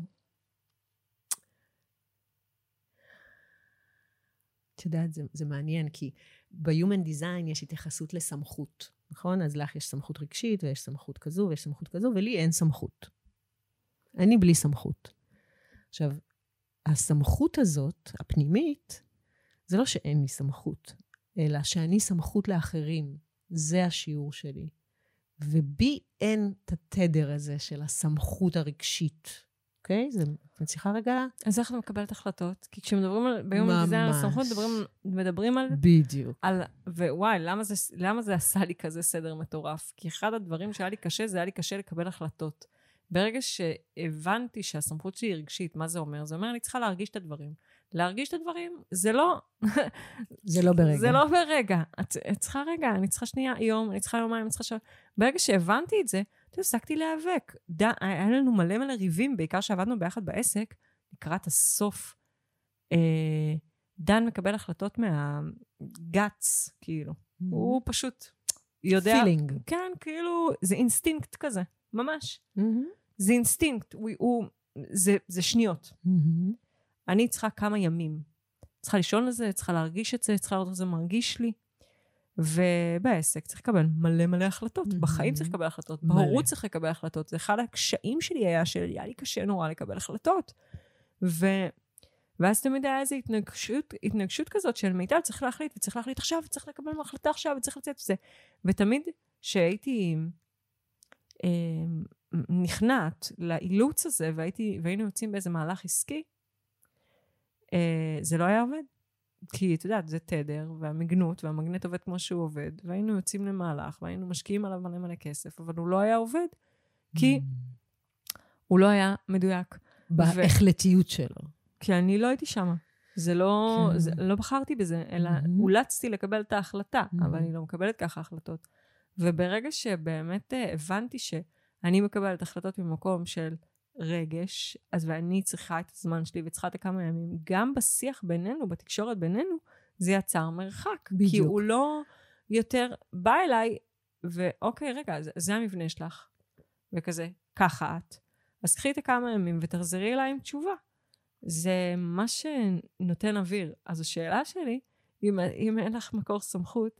את יודעת, זה, זה מעניין, כי ב-Human Design יש התייחסות לסמכות, נכון? אז לך יש סמכות רגשית, ויש סמכות כזו, ויש סמכות כזו, ולי אין סמכות. אני בלי סמכות. עכשיו, הסמכות הזאת, הפנימית, זה לא שאין לי סמכות, אלא שאני סמכות לאחרים. זה השיעור שלי. ובי אין את התדר הזה של הסמכות הרגשית. אוקיי? זה מצליחה רגע? אז איך אתה מקבלת החלטות? כי כשמדברים על, ביום הזה על הסמכות, מדברים, מדברים על... בדיוק. על, ווואי, למה זה, למה זה עשה לי כזה סדר מטורף? כי אחד הדברים שהיה לי קשה, זה היה לי קשה לקבל החלטות. ברגע שהבנתי שהסמכות שלי היא רגשית, מה זה אומר? זה אומר, אני צריכה להרגיש את הדברים. להרגיש את הדברים, זה לא... זה לא ברגע. זה לא ברגע. את, את צריכה רגע, אני צריכה שנייה, יום, אני צריכה יומיים, אני צריכה שעה. ברגע שהבנתי את זה, הפסקתי להיאבק. ד... היה לנו מלא מלא ריבים, בעיקר שעבדנו ביחד בעסק, לקראת הסוף. אה, דן מקבל החלטות מהגאץ, כאילו. Mm-hmm. הוא פשוט יודע... פילינג. כן, כאילו, זה אינסטינקט כזה, ממש. Mm-hmm. זה אינסטינקט, הוא, הוא, זה, זה שניות. Mm-hmm. אני צריכה כמה ימים. צריכה לישון לזה, צריכה להרגיש את זה, צריכה לראות את זה מרגיש לי. ובעסק צריך לקבל מלא מלא החלטות. Mm-hmm. בחיים צריך לקבל החלטות. בהורות צריך לקבל החלטות. זה אחד הקשיים שלי היה, שהיה לי קשה נורא לקבל החלטות. ו... ואז תמיד היה איזו התנגשות, התנגשות כזאת של מיטל, צריך להחליט, וצריך להחליט עכשיו, וצריך לקבל החלטה עכשיו, וצריך לצאת וזה. ותמיד שהייתי אה, נכנעת לאילוץ הזה, והייתי, והיינו יוצאים באיזה מהלך עסקי, אה, זה לא היה עובד. כי, אתה יודעת, זה תדר, והמגנות, והמגנט עובד כמו שהוא עובד, והיינו יוצאים למהלך, והיינו משקיעים עליו מלא מלא כסף, אבל הוא לא היה עובד, כי mm. הוא לא היה מדויק. בהחלטיות ו... שלו. כי אני לא הייתי שמה. זה לא, כן. זה, לא בחרתי בזה, אלא mm-hmm. אולצתי לקבל את ההחלטה, mm-hmm. אבל אני לא מקבלת ככה החלטות. וברגע שבאמת הבנתי שאני מקבלת החלטות ממקום של רגש, אז ואני צריכה את הזמן שלי וצריכה את כמה ימים, גם בשיח בינינו, בתקשורת בינינו, זה יצר מרחק. בדיוק. כי הוא לא יותר בא אליי, ואוקיי, רגע, זה, זה המבנה שלך. וכזה, ככה את. אז קחי את הכמה ימים ותחזרי אליי עם תשובה. זה מה שנותן אוויר. אז השאלה שלי, אם, אם אין לך מקור סמכות,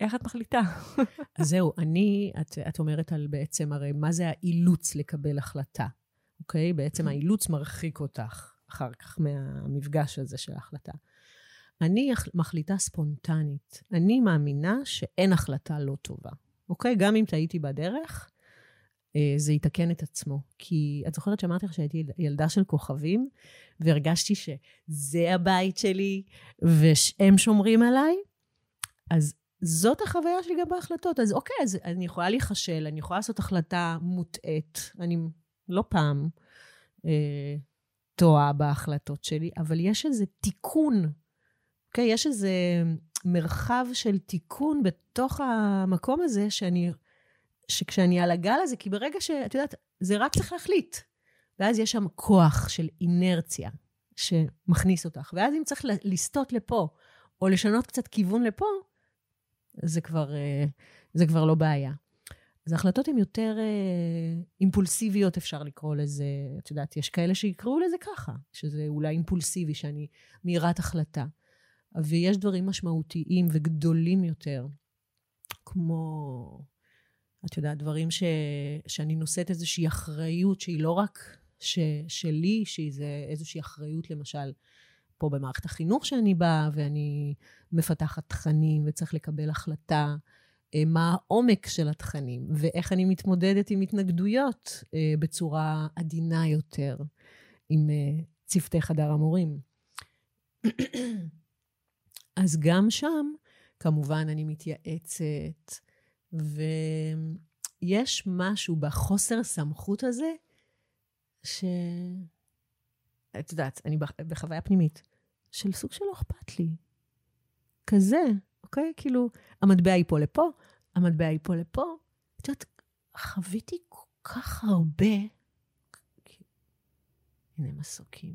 איך את מחליטה? אז זהו, אני, את, את אומרת על בעצם, הרי מה זה האילוץ לקבל החלטה, אוקיי? בעצם האילוץ מרחיק אותך אחר כך מהמפגש הזה של ההחלטה. אני מחליטה ספונטנית. אני מאמינה שאין החלטה לא טובה, אוקיי? גם אם טעיתי בדרך, זה יתקן את עצמו. כי את זוכרת שאמרתי לך שהייתי ילדה של כוכבים, והרגשתי שזה הבית שלי, והם שומרים עליי, אז זאת החוויה שלי גם בהחלטות. אז אוקיי, אז אני יכולה להיחשל, אני יכולה לעשות החלטה מוטעת, אני לא פעם אה, טועה בהחלטות שלי, אבל יש איזה תיקון, אוקיי? יש איזה מרחב של תיקון בתוך המקום הזה, שאני, שכשאני על הגל הזה, כי ברגע שאת יודעת, זה רק צריך להחליט. ואז יש שם כוח של אינרציה שמכניס אותך. ואז אם צריך לסטות לפה, או לשנות קצת כיוון לפה, זה כבר, זה כבר לא בעיה. אז ההחלטות הן יותר אימפולסיביות, אפשר לקרוא לזה. את יודעת, יש כאלה שיקראו לזה ככה, שזה אולי אימפולסיבי, שאני מהירת החלטה. ויש דברים משמעותיים וגדולים יותר, כמו, את יודעת, דברים ש, שאני נושאת איזושהי אחריות, שהיא לא רק ש, שלי, שהיא זה איזושהי אחריות, למשל, פה במערכת החינוך שאני באה, ואני מפתחת תכנים, וצריך לקבל החלטה, מה העומק של התכנים, ואיך אני מתמודדת עם התנגדויות בצורה עדינה יותר, עם צוותי חדר המורים. אז גם שם, כמובן, אני מתייעצת, ויש משהו בחוסר סמכות הזה, ש... את יודעת, אני בחוויה פנימית, של סוג שלא אכפת לי. כזה, אוקיי? כאילו, המטבע היא פה לפה, המטבע היא פה לפה. את יודעת, חוויתי כל כך הרבה, הנה מסוקים.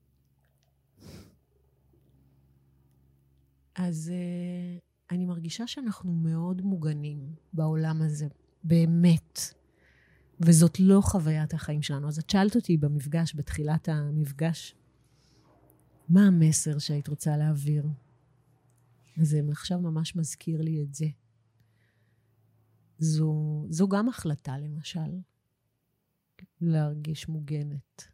אז uh, אני מרגישה שאנחנו מאוד מוגנים בעולם הזה, באמת. וזאת לא חוויית החיים שלנו. אז את שאלת אותי במפגש, בתחילת המפגש, מה המסר שהיית רוצה להעביר? אז זה עכשיו ממש מזכיר לי את זה. זו, זו גם החלטה, למשל, להרגיש מוגנת.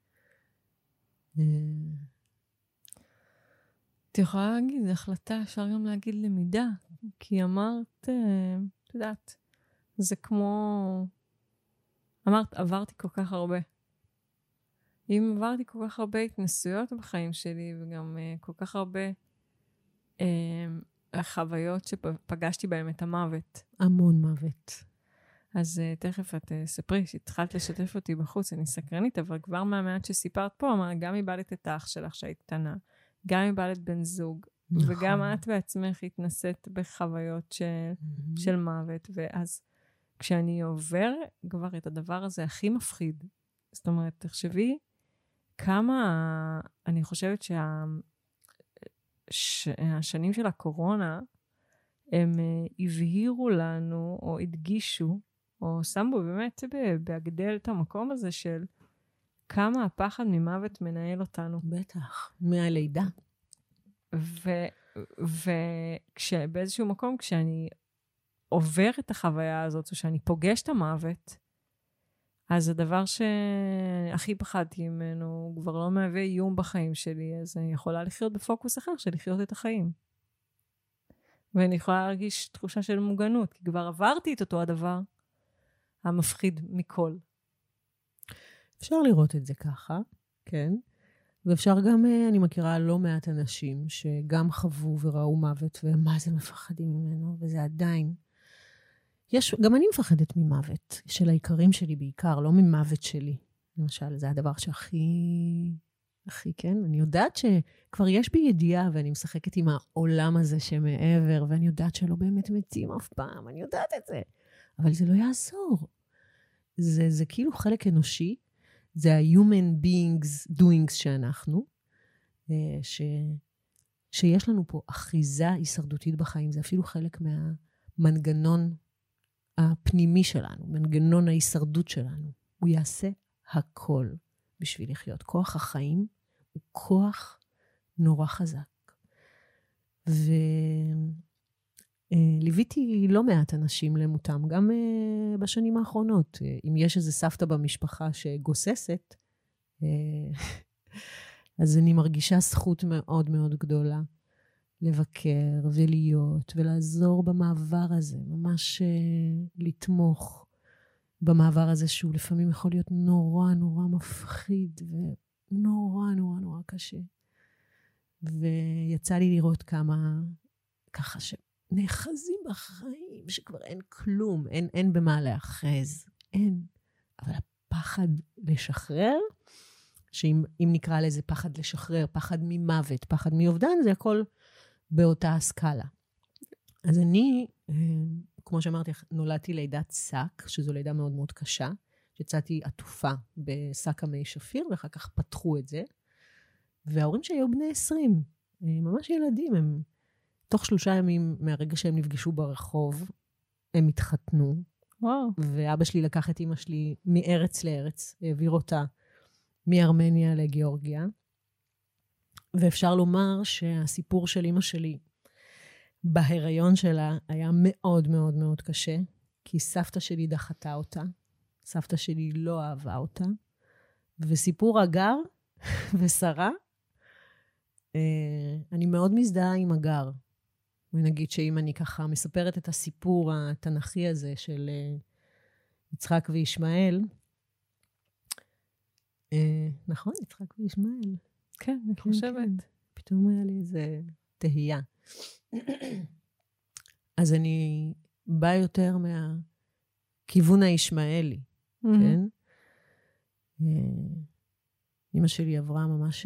את יכולה להגיד, זו החלטה, אפשר גם להגיד למידה, כי אמרת, את יודעת, זה כמו, אמרת, עברתי כל כך הרבה. אם עברתי כל כך הרבה התנסויות בחיים שלי, וגם uh, כל כך הרבה uh, חוויות שפגשתי בהן את המוות. המון מוות. אז uh, תכף את uh, ספרי, שהתחלת לשתף אותי בחוץ, אני סקרנית, אבל כבר מהמעט שסיפרת פה, אמר, גם איבדת את האח שלך שהיית קטנה, גם איבדת בן זוג, נכון. וגם את בעצמך התנסית בחוויות של, mm-hmm. של מוות, ואז כשאני עובר כבר את הדבר הזה הכי מפחיד, זאת אומרת, תחשבי, כמה, אני חושבת שה, שהשנים של הקורונה, הם הבהירו לנו, או הדגישו, או שמו באמת בהגדל את המקום הזה של כמה הפחד ממוות מנהל אותנו. בטח, מהלידה. ובאיזשהו מקום, כשאני עובר את החוויה הזאת, או שאני פוגש את המוות, אז הדבר שהכי פחדתי ממנו, כבר לא מהווה איום בחיים שלי, אז אני יכולה לחיות בפוקוס אחר של לחיות את החיים. ואני יכולה להרגיש תחושה של מוגנות, כי כבר עברתי את אותו הדבר, המפחיד מכל. אפשר לראות את זה ככה, כן? ואפשר גם, אני מכירה לא מעט אנשים, שגם חוו וראו מוות, ומה זה מפחדים ממנו, וזה עדיין. יש, גם אני מפחדת ממוות, של העיקרים שלי בעיקר, לא ממוות שלי. למשל, זה הדבר שהכי, הכי, כן? אני יודעת שכבר יש בי ידיעה, ואני משחקת עם העולם הזה שמעבר, ואני יודעת שלא באמת מתים אף פעם, אני יודעת את זה. אבל זה לא יעזור. זה, זה כאילו חלק אנושי, זה ה-human beings doings שאנחנו, ש, שיש לנו פה אחיזה הישרדותית בחיים, זה אפילו חלק מהמנגנון הפנימי שלנו, מנגנון ההישרדות שלנו. הוא יעשה הכל בשביל לחיות. כוח החיים הוא כוח נורא חזק. ליוויתי לא מעט אנשים למותם, גם בשנים האחרונות. אם יש איזו סבתא במשפחה שגוססת, אז אני מרגישה זכות מאוד מאוד גדולה לבקר ולהיות ולעזור במעבר הזה, ממש לתמוך במעבר הזה שהוא לפעמים יכול להיות נורא נורא מפחיד ונורא נורא נורא קשה. ויצא לי לראות כמה ככה שנאחזים בחיים, שכבר אין כלום, אין, אין במה לאחז, אין. אבל הפחד לשחרר, שאם אם נקרא לזה פחד לשחרר, פחד ממוות, פחד מאובדן, זה הכל באותה הסקאלה. אז אני, כמו שאמרתי, נולדתי לידת שק, שזו לידה מאוד מאוד קשה, שיצאתי עטופה בשק המי שפיר, ואחר כך פתחו את זה, וההורים שלי היו בני עשרים, ממש ילדים, הם תוך שלושה ימים מהרגע שהם נפגשו ברחוב, הם התחתנו, וואו. ואבא שלי לקח את אמא שלי מארץ לארץ, העביר אותה מארמניה לגיאורגיה, ואפשר לומר שהסיפור של אמא שלי בהיריון שלה היה מאוד מאוד מאוד קשה, כי סבתא שלי דחתה אותה, סבתא שלי לא אהבה אותה, וסיפור אגר ושרה, אני מאוד מזדהה עם אגר. ונגיד שאם אני ככה מספרת את הסיפור התנ"כי הזה של יצחק וישמעאל, נכון, יצחק וישמעאל. כן, אני חושבת. פתאום היה לי איזה תהייה. אז אני באה יותר מהכיוון הישמעאלי, כן? אמא שלי עברה ממש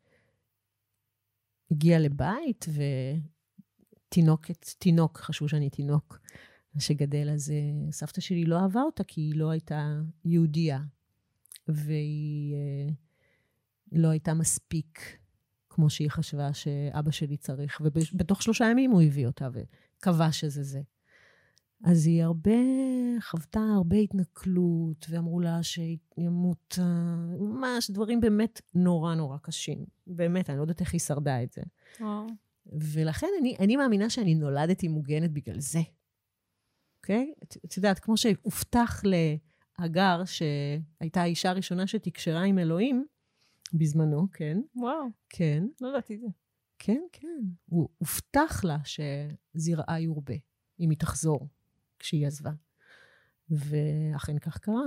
הגיעה לבית, ותינוקת, תינוק, חשבו שאני תינוק, שגדל, אז סבתא שלי לא אהבה אותה, כי היא לא הייתה יהודייה, והיא לא הייתה מספיק, כמו שהיא חשבה שאבא שלי צריך, ובתוך שלושה ימים הוא הביא אותה, וקבע שזה זה. אז היא הרבה, חוותה הרבה התנכלות, ואמרו לה שהיא ימות, ממש דברים באמת נורא נורא קשים. באמת, אני לא יודעת איך היא שרדה את זה. וואו. ולכן אני, אני מאמינה שאני נולדתי מוגנת בגלל זה. אוקיי? את, את יודעת, כמו שהובטח לאגר, שהייתה האישה הראשונה שתקשרה עם אלוהים, בזמנו, כן. וואו. כן. לא ידעתי את זה. כן, כן. הוא הובטח לה שזרעה יורבה, אם היא תחזור. כשהיא עזבה. ואכן כך קרה.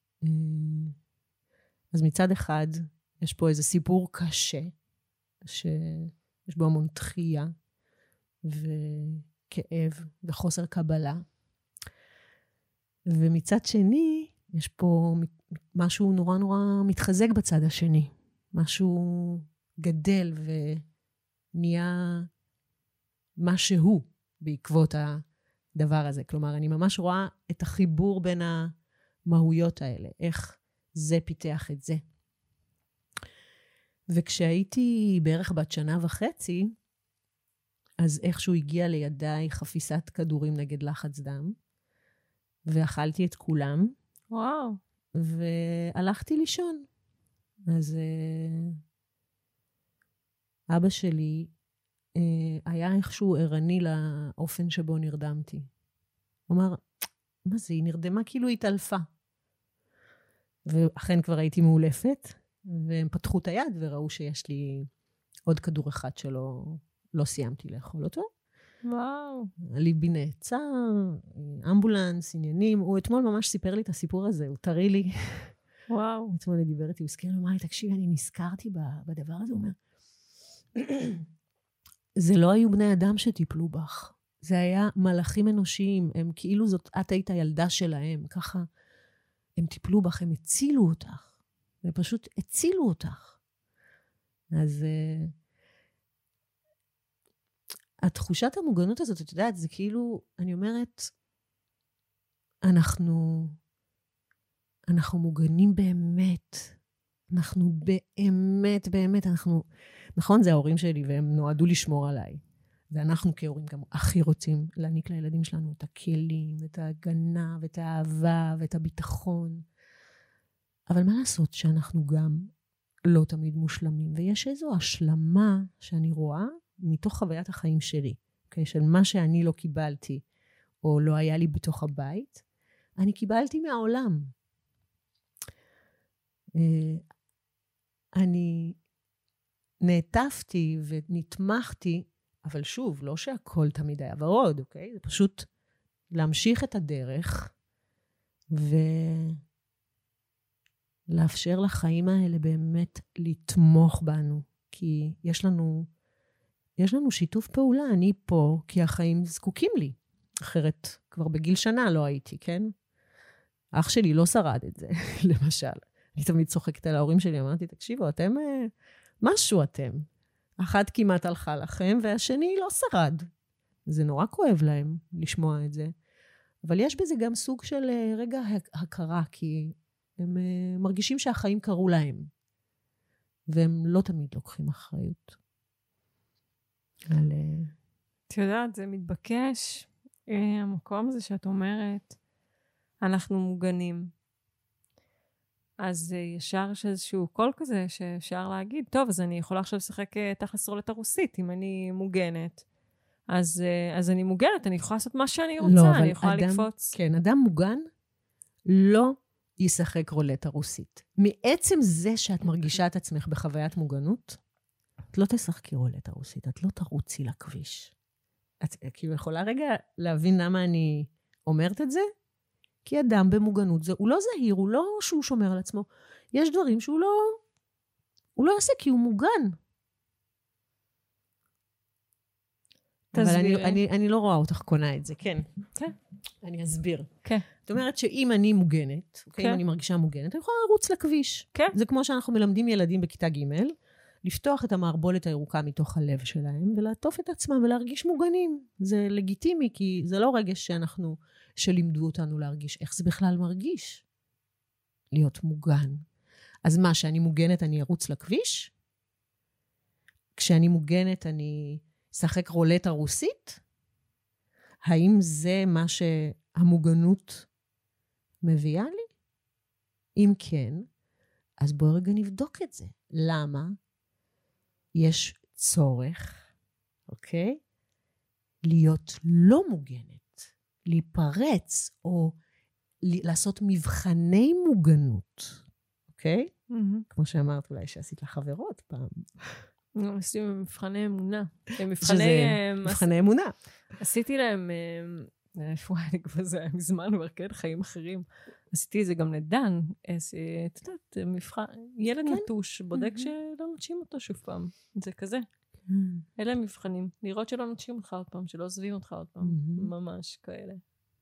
אז מצד אחד, יש פה איזה סיפור קשה, שיש בו המון דחייה, וכאב, וחוסר קבלה. ומצד שני, יש פה משהו נורא נורא מתחזק בצד השני. משהו גדל ונהיה משהו בעקבות ה... דבר הזה. כלומר, אני ממש רואה את החיבור בין המהויות האלה, איך זה פיתח את זה. וכשהייתי בערך בת שנה וחצי, אז איכשהו הגיע לידיי חפיסת כדורים נגד לחץ דם, ואכלתי את כולם. וואו. והלכתי לישון. אז אבא שלי, היה איכשהו ערני לאופן שבו נרדמתי. הוא אמר, מה זה? היא נרדמה כאילו היא התעלפה. ואכן כבר הייתי מאולפת, והם פתחו את היד וראו שיש לי עוד כדור אחד שלא לא סיימתי לאכול אותו. וואו. ליבי נעצר, אמבולנס, עניינים. הוא אתמול ממש סיפר לי את הסיפור הזה, הוא תראי לי. וואו. אתמול אני דיבר איתי, הוא הזכיר לי, אמר לי, תקשיבי, אני נזכרתי בדבר הזה, הוא אומר, זה לא היו בני אדם שטיפלו בך. זה היה מלאכים אנושיים. הם כאילו זאת, את היית הילדה שלהם. ככה הם טיפלו בך, הם הצילו אותך. הם פשוט הצילו אותך. אז uh, התחושת המוגנות הזאת, את יודעת, זה כאילו, אני אומרת, אנחנו, אנחנו מוגנים באמת. אנחנו באמת, באמת, אנחנו... נכון, זה ההורים שלי, והם נועדו לשמור עליי. ואנחנו כהורים גם הכי רוצים להעניק לילדים שלנו את הכלים, את ההגנה, ואת האהבה, ואת הביטחון. אבל מה לעשות שאנחנו גם לא תמיד מושלמים, ויש איזו השלמה שאני רואה מתוך חוויית החיים שלי. okay, של מה שאני לא קיבלתי, או לא היה לי בתוך הבית, אני קיבלתי מהעולם. אני נעטפתי ונתמכתי, אבל שוב, לא שהכל תמיד היה ורוד, אוקיי? זה פשוט להמשיך את הדרך, ולאפשר לחיים האלה באמת לתמוך בנו, כי יש לנו, יש לנו שיתוף פעולה, אני פה, כי החיים זקוקים לי. אחרת, כבר בגיל שנה לא הייתי, כן? אח שלי לא שרד את זה, למשל. אני תמיד צוחקת על ההורים שלי, אמרתי, תקשיבו, אתם, משהו אתם. אחת כמעט הלכה לכם, והשני לא שרד. זה נורא כואב להם לשמוע את זה. אבל יש בזה גם סוג של רגע הכרה, כי הם מרגישים שהחיים קרו להם. והם לא תמיד לוקחים אחריות. על... את יודעת, זה מתבקש, המקום הזה שאת אומרת, אנחנו מוגנים. אז ישר יש איזשהו קול כזה שאפשר להגיד, טוב, אז אני יכולה עכשיו לשחק תכלס רולט הרוסית, אם אני מוגנת. אז, אז אני מוגנת, אני יכולה לעשות מה שאני רוצה, לא, אני יכולה אדם, לקפוץ. כן, אדם מוגן לא ישחק רולט הרוסית. מעצם זה שאת מרגישה את עצמך בחוויית מוגנות, את לא תשחקי רולט הרוסית, את לא תרוצי לכביש. את כאילו יכולה רגע להבין למה אני אומרת את זה? כי אדם במוגנות, זה, הוא לא זהיר, הוא לא שהוא שומר על עצמו. יש דברים שהוא לא, הוא לא יעשה כי הוא מוגן. תסבירי. אבל אני, אני, אני לא רואה אותך קונה את זה, כן. כן. אני אסביר. כן. זאת אומרת שאם אני מוגנת, אוקיי, אם אני מרגישה מוגנת, אני יכולה לרוץ לכביש. כן. זה כמו שאנחנו מלמדים ילדים בכיתה ג' לפתוח את המערבולת הירוקה מתוך הלב שלהם, ולעטוף את עצמם ולהרגיש מוגנים. זה לגיטימי, כי זה לא רגש שאנחנו, שלימדו אותנו להרגיש. איך זה בכלל מרגיש? להיות מוגן. אז מה, שאני מוגנת אני ארוץ לכביש? כשאני מוגנת אני אשחק רולטה רוסית? האם זה מה שהמוגנות מביאה לי? אם כן, אז בואו רגע נבדוק את זה. למה? יש צורך, אוקיי? להיות לא מוגנת, להיפרץ, או לעשות מבחני מוגנות, אוקיי? Mm-hmm. כמו שאמרת אולי שעשית לחברות פעם. עשיתי מבחני אמונה. מבחני, מבחני אמונה. עשיתי להם, איפה היה לי כבר זה היה מזמן, אבל כן, חיים אחרים. עשיתי את זה גם לדן, את יודעת, מבחן, ילד נטוש, בודק שלא נוטשים אותו שוב פעם. זה כזה. אלה מבחנים. לראות שלא נוטשים אותך עוד פעם, שלא עוזבים אותך עוד פעם. ממש כאלה.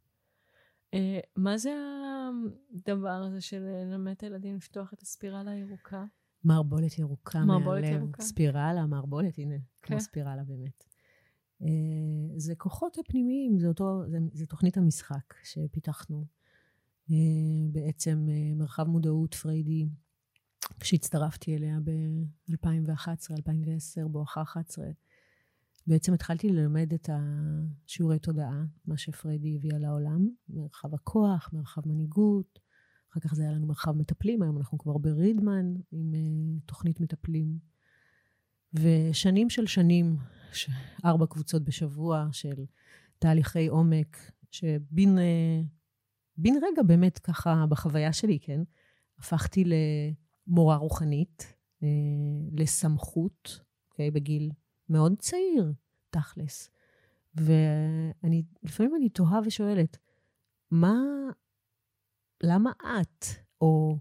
מה זה הדבר הזה של ללמד את הילדים לפתוח את הספירלה הירוקה? מערבולת ירוקה מהלב. ספירלה, מערבולת, הנה, כמו ספירלה באמת. זה כוחות הפנימיים, זה תוכנית המשחק שפיתחנו. בעצם מרחב מודעות פריידי, כשהצטרפתי אליה ב-אלפיים ואחת עשרה אלפיים ועשר, בואכה אחת עשרה, בעצם התחלתי ללמד את השיעורי תודעה, מה שפריידי הביאה לעולם, מרחב הכוח, מרחב מנהיגות, אחר כך זה היה לנו מרחב מטפלים, היום אנחנו כבר ברידמן עם תוכנית מטפלים, ושנים של שנים, ארבע קבוצות בשבוע של תהליכי עומק, שבין בין רגע באמת ככה בחוויה שלי, כן, הפכתי למורה רוחנית, לסמכות, okay, בגיל מאוד צעיר, תכלס. ואני, לפעמים אני תוהה ושואלת, מה, למה את, או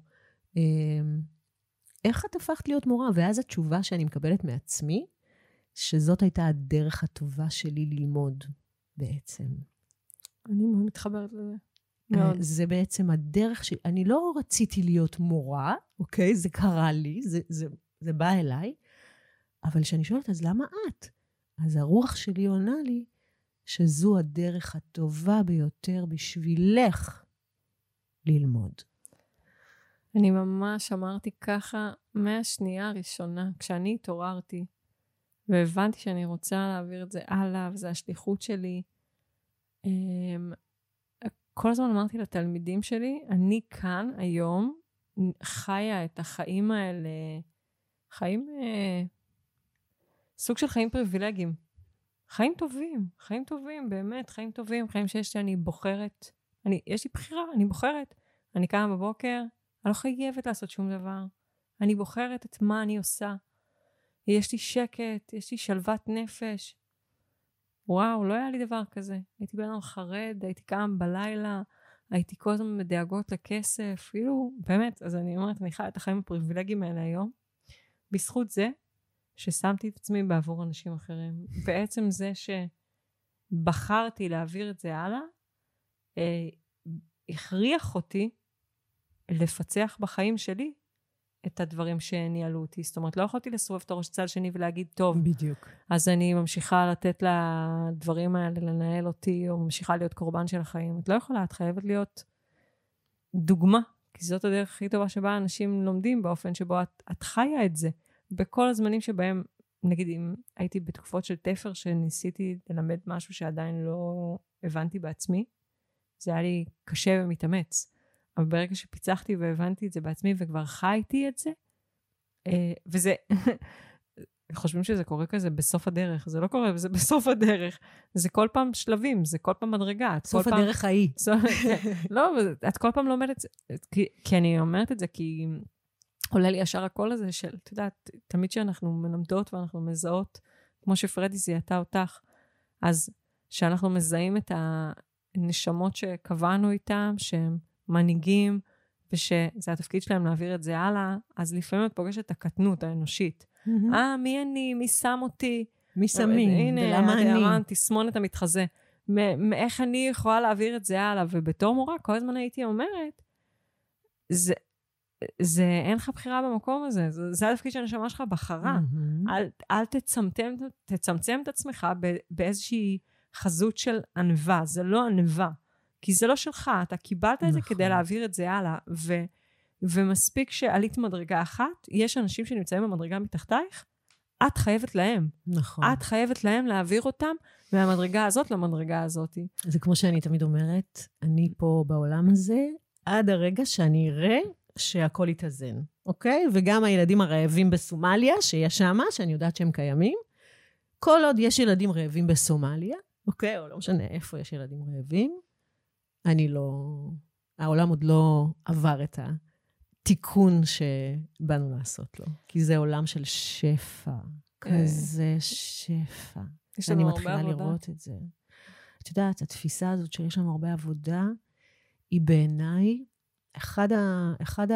איך את הפכת להיות מורה? ואז התשובה שאני מקבלת מעצמי, שזאת הייתה הדרך הטובה שלי ללמוד בעצם. אני מאוד מתחברת לזה. מאוד. זה בעצם הדרך ש... אני לא רציתי להיות מורה, אוקיי? זה קרה לי, זה, זה, זה בא אליי, אבל כשאני שואלת, אז למה את? אז הרוח שלי עונה לי, שזו הדרך הטובה ביותר בשבילך ללמוד. אני ממש אמרתי ככה מהשנייה הראשונה, כשאני התעוררתי, והבנתי שאני רוצה להעביר את זה הלאה, וזו השליחות שלי. כל הזמן אמרתי לתלמידים שלי, אני כאן היום חיה את החיים האלה, חיים, סוג של חיים פריבילגיים. חיים טובים, חיים טובים, באמת, חיים טובים, חיים שיש לי, אני בוחרת, אני, יש לי בחירה, אני בוחרת. אני קמה בבוקר, אני לא חייבת לעשות שום דבר. אני בוחרת את מה אני עושה. יש לי שקט, יש לי שלוות נפש. וואו, לא היה לי דבר כזה. הייתי בן אדם חרד, הייתי קם בלילה, הייתי כל הזמן מדאגות לכסף, כאילו, באמת, אז אני אומרת, אני חיה את החיים הפריבילגיים האלה היום, בזכות זה ששמתי את עצמי בעבור אנשים אחרים. בעצם זה שבחרתי להעביר את זה הלאה, אה, הכריח אותי לפצח בחיים שלי את הדברים שניהלו אותי. זאת אומרת, לא יכולתי לסובב את הראש צד שני ולהגיד, טוב, בדיוק. אז אני ממשיכה לתת לדברים האלה לנהל אותי, או ממשיכה להיות קורבן של החיים. את לא יכולה, את חייבת להיות דוגמה, כי זאת הדרך הכי טובה שבה אנשים לומדים, באופן שבו את, את חיה את זה. בכל הזמנים שבהם, נגיד, אם הייתי בתקופות של תפר, שניסיתי ללמד משהו שעדיין לא הבנתי בעצמי, זה היה לי קשה ומתאמץ. אבל ברגע שפיצחתי והבנתי את זה בעצמי, וכבר חייתי את זה, וזה, חושבים שזה קורה כזה בסוף הדרך, זה לא קורה, וזה בסוף הדרך. זה כל פעם שלבים, זה כל פעם מדרגה. סוף הדרך ההיא. לא, את כל פעם לומדת, כי אני אומרת את זה, כי עולה לי ישר הקול הזה של, אתה יודעת, תמיד שאנחנו מלמדות ואנחנו מזהות, כמו שפרדי זיהתה אותך, אז שאנחנו מזהים את הנשמות שקבענו איתם, שהם מנהיגים, ושזה התפקיד שלהם להעביר את זה הלאה, אז לפעמים את פוגשת את הקטנות האנושית. אה, מי אני? מי שם אותי? מי שמי? ולמה אני? הנה, תסמונת המתחזה. מאיך אני יכולה להעביר את זה הלאה? ובתור מורה, כל הזמן הייתי אומרת, זה, זה, אין לך בחירה במקום הזה. זה, זה התפקיד שהנשמה שלך בחרה. אל, אל תצמצם, תצמצם את עצמך באיזושהי חזות של ענווה. זה לא ענווה. כי זה לא שלך, אתה קיבלת את זה נכון. כדי להעביר את זה הלאה, ו, ומספיק שעלית מדרגה אחת, יש אנשים שנמצאים במדרגה מתחתייך, את חייבת להם. נכון. את חייבת להם להעביר אותם מהמדרגה הזאת למדרגה הזאת. זה כמו שאני תמיד אומרת, אני פה בעולם הזה, עד הרגע שאני אראה שהכל יתאזן, אוקיי? וגם הילדים הרעבים בסומליה, שיש שמה, שאני יודעת שהם קיימים, כל עוד יש ילדים רעבים בסומליה, אוקיי? או לא משנה איפה יש ילדים רעבים, אני לא, העולם עוד לא עבר את התיקון שבאנו לעשות לו. כי זה עולם של שפע, כזה שפע. אני מתחילה לראות את זה. את יודעת, התפיסה הזאת שיש לנו הרבה עבודה, היא בעיניי אחד, ה, אחד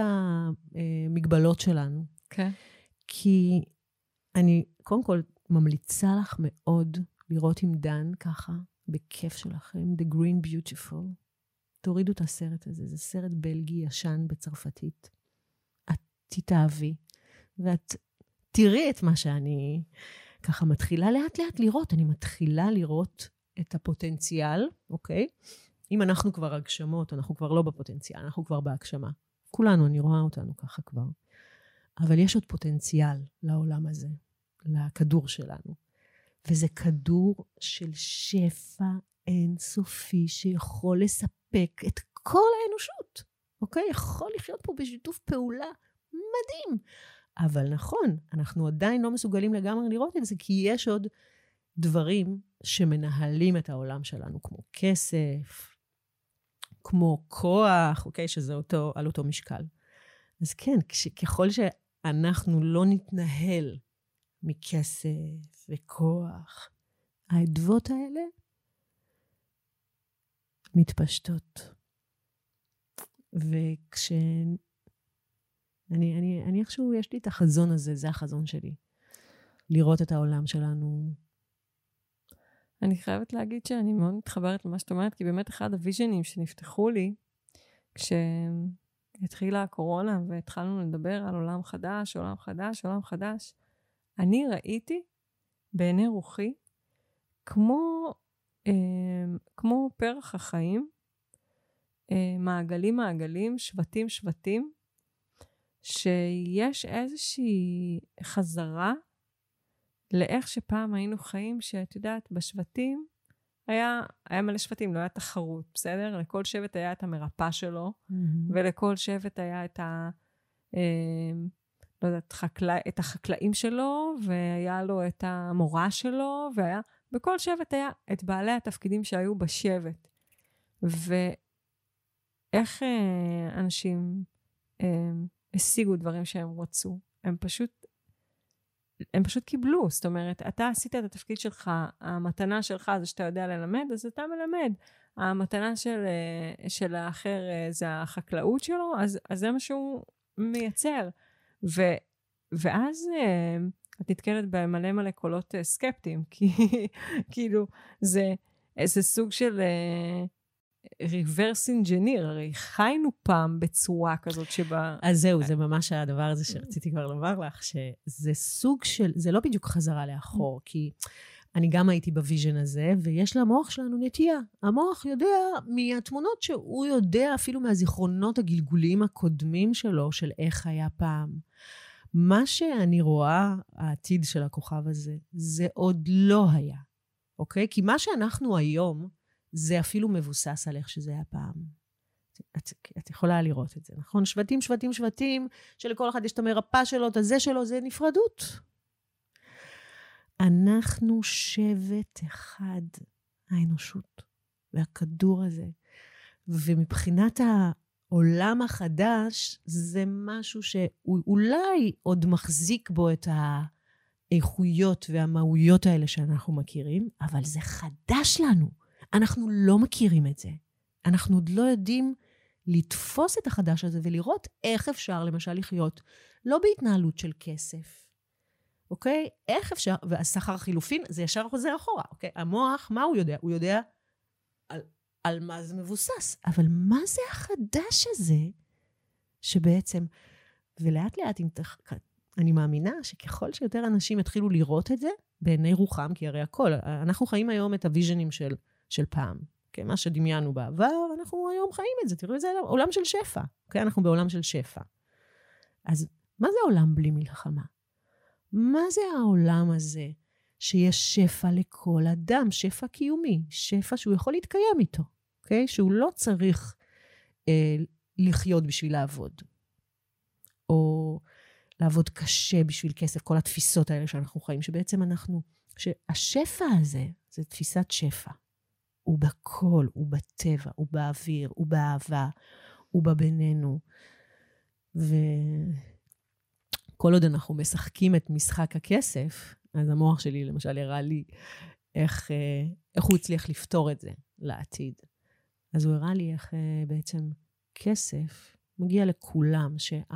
המגבלות שלנו. כן. כי אני קודם כל ממליצה לך מאוד לראות עם דן ככה, בכיף שלכם, The Green Beautiful. תורידו את הסרט הזה, זה סרט בלגי ישן בצרפתית. את תתאהבי, ואת תראי את מה שאני ככה מתחילה לאט לאט לראות. אני מתחילה לראות את הפוטנציאל, אוקיי? אם אנחנו כבר הגשמות, אנחנו כבר לא בפוטנציאל, אנחנו כבר בהגשמה. כולנו, אני רואה אותנו ככה כבר. אבל יש עוד פוטנציאל לעולם הזה, לכדור שלנו. וזה כדור של שפע אינסופי שיכול לספק את כל האנושות, אוקיי? יכול לחיות פה בשיתוף פעולה מדהים. אבל נכון, אנחנו עדיין לא מסוגלים לגמרי לראות את זה, כי יש עוד דברים שמנהלים את העולם שלנו, כמו כסף, כמו כוח, אוקיי? שזה אותו, על אותו משקל. אז כן, ככל שאנחנו לא נתנהל מכסף וכוח, העדוות האלה מתפשטות. וכש... אני, אני, אני איכשהו, יש לי את החזון הזה, זה החזון שלי. לראות את העולם שלנו. אני חייבת להגיד שאני מאוד מתחברת למה שאת אומרת, כי באמת אחד הוויז'נים שנפתחו לי, כשהתחילה הקורונה והתחלנו לדבר על עולם חדש, עולם חדש, עולם חדש, אני ראיתי בעיני רוחי, כמו, אה, כמו פרח החיים, אה, מעגלים מעגלים, שבטים שבטים, שיש איזושהי חזרה לאיך שפעם היינו חיים, שאת יודעת, בשבטים היה, היה מלא שבטים, לא היה תחרות, בסדר? לכל שבט היה את המרפא שלו, mm-hmm. ולכל שבט היה את ה... אה, לא יודעת, חקלא, את החקלאים שלו, והיה לו את המורה שלו, והיה בכל שבט היה את בעלי התפקידים שהיו בשבט. ואיך אה, אנשים אה, השיגו דברים שהם רצו? הם פשוט, הם פשוט קיבלו. זאת אומרת, אתה עשית את התפקיד שלך, המתנה שלך זה שאתה יודע ללמד, אז אתה מלמד. המתנה של, של האחר זה החקלאות שלו, אז, אז זה מה שהוא מייצר. ו, ואז את נתקלת במלא מלא קולות סקפטיים, כי כאילו זה, זה סוג של ריברס אינג'יניר, הרי חיינו פעם בצורה כזאת שבה... אז זהו, זה ממש הדבר הזה שרציתי כבר לומר לך, שזה סוג של, זה לא בדיוק חזרה לאחור, כי אני גם הייתי בוויז'ן הזה, ויש למוח שלנו נטייה. המוח יודע מהתמונות שהוא יודע, אפילו מהזיכרונות הגלגוליים הקודמים שלו, של איך היה פעם. מה שאני רואה, העתיד של הכוכב הזה, זה עוד לא היה, אוקיי? כי מה שאנחנו היום, זה אפילו מבוסס על איך שזה היה פעם. את, את יכולה לראות את זה, נכון? שבטים, שבטים, שבטים, שלכל אחד יש את המרפא שלו, את הזה שלו, זה נפרדות. אנחנו שבט אחד, האנושות, והכדור הזה. ומבחינת העולם החדש, זה משהו שאולי עוד מחזיק בו את האיכויות והמהויות האלה שאנחנו מכירים, אבל זה חדש לנו. אנחנו לא מכירים את זה. אנחנו עוד לא יודעים לתפוס את החדש הזה ולראות איך אפשר למשל לחיות, לא בהתנהלות של כסף. אוקיי? איך אפשר, והשכר חילופין, זה ישר חוזר אחורה, אוקיי? המוח, מה הוא יודע? הוא יודע על, על מה זה מבוסס, אבל מה זה החדש הזה, שבעצם, ולאט לאט, אם תח... אני מאמינה שככל שיותר אנשים יתחילו לראות את זה, בעיני רוחם, כי הרי הכל, אנחנו חיים היום את הוויז'נים של, של פעם, אוקיי? מה שדמיינו בעבר, אנחנו היום חיים את זה, תראו את זה, עולם של שפע, אוקיי? אנחנו בעולם של שפע. אז מה זה עולם בלי מלחמה? מה זה העולם הזה שיש שפע לכל אדם, שפע קיומי, שפע שהוא יכול להתקיים איתו, אוקיי? שהוא לא צריך אה, לחיות בשביל לעבוד, או לעבוד קשה בשביל כסף, כל התפיסות האלה שאנחנו חיים, שבעצם אנחנו, שהשפע הזה, זה תפיסת שפע, הוא בכל, הוא בטבע, הוא באוויר, הוא באהבה, הוא בבינינו, ו... כל עוד אנחנו משחקים את משחק הכסף, אז המוח שלי למשל הראה לי איך, איך הוא הצליח לפתור את זה לעתיד. אז הוא הראה לי איך בעצם כסף מגיע לכולם,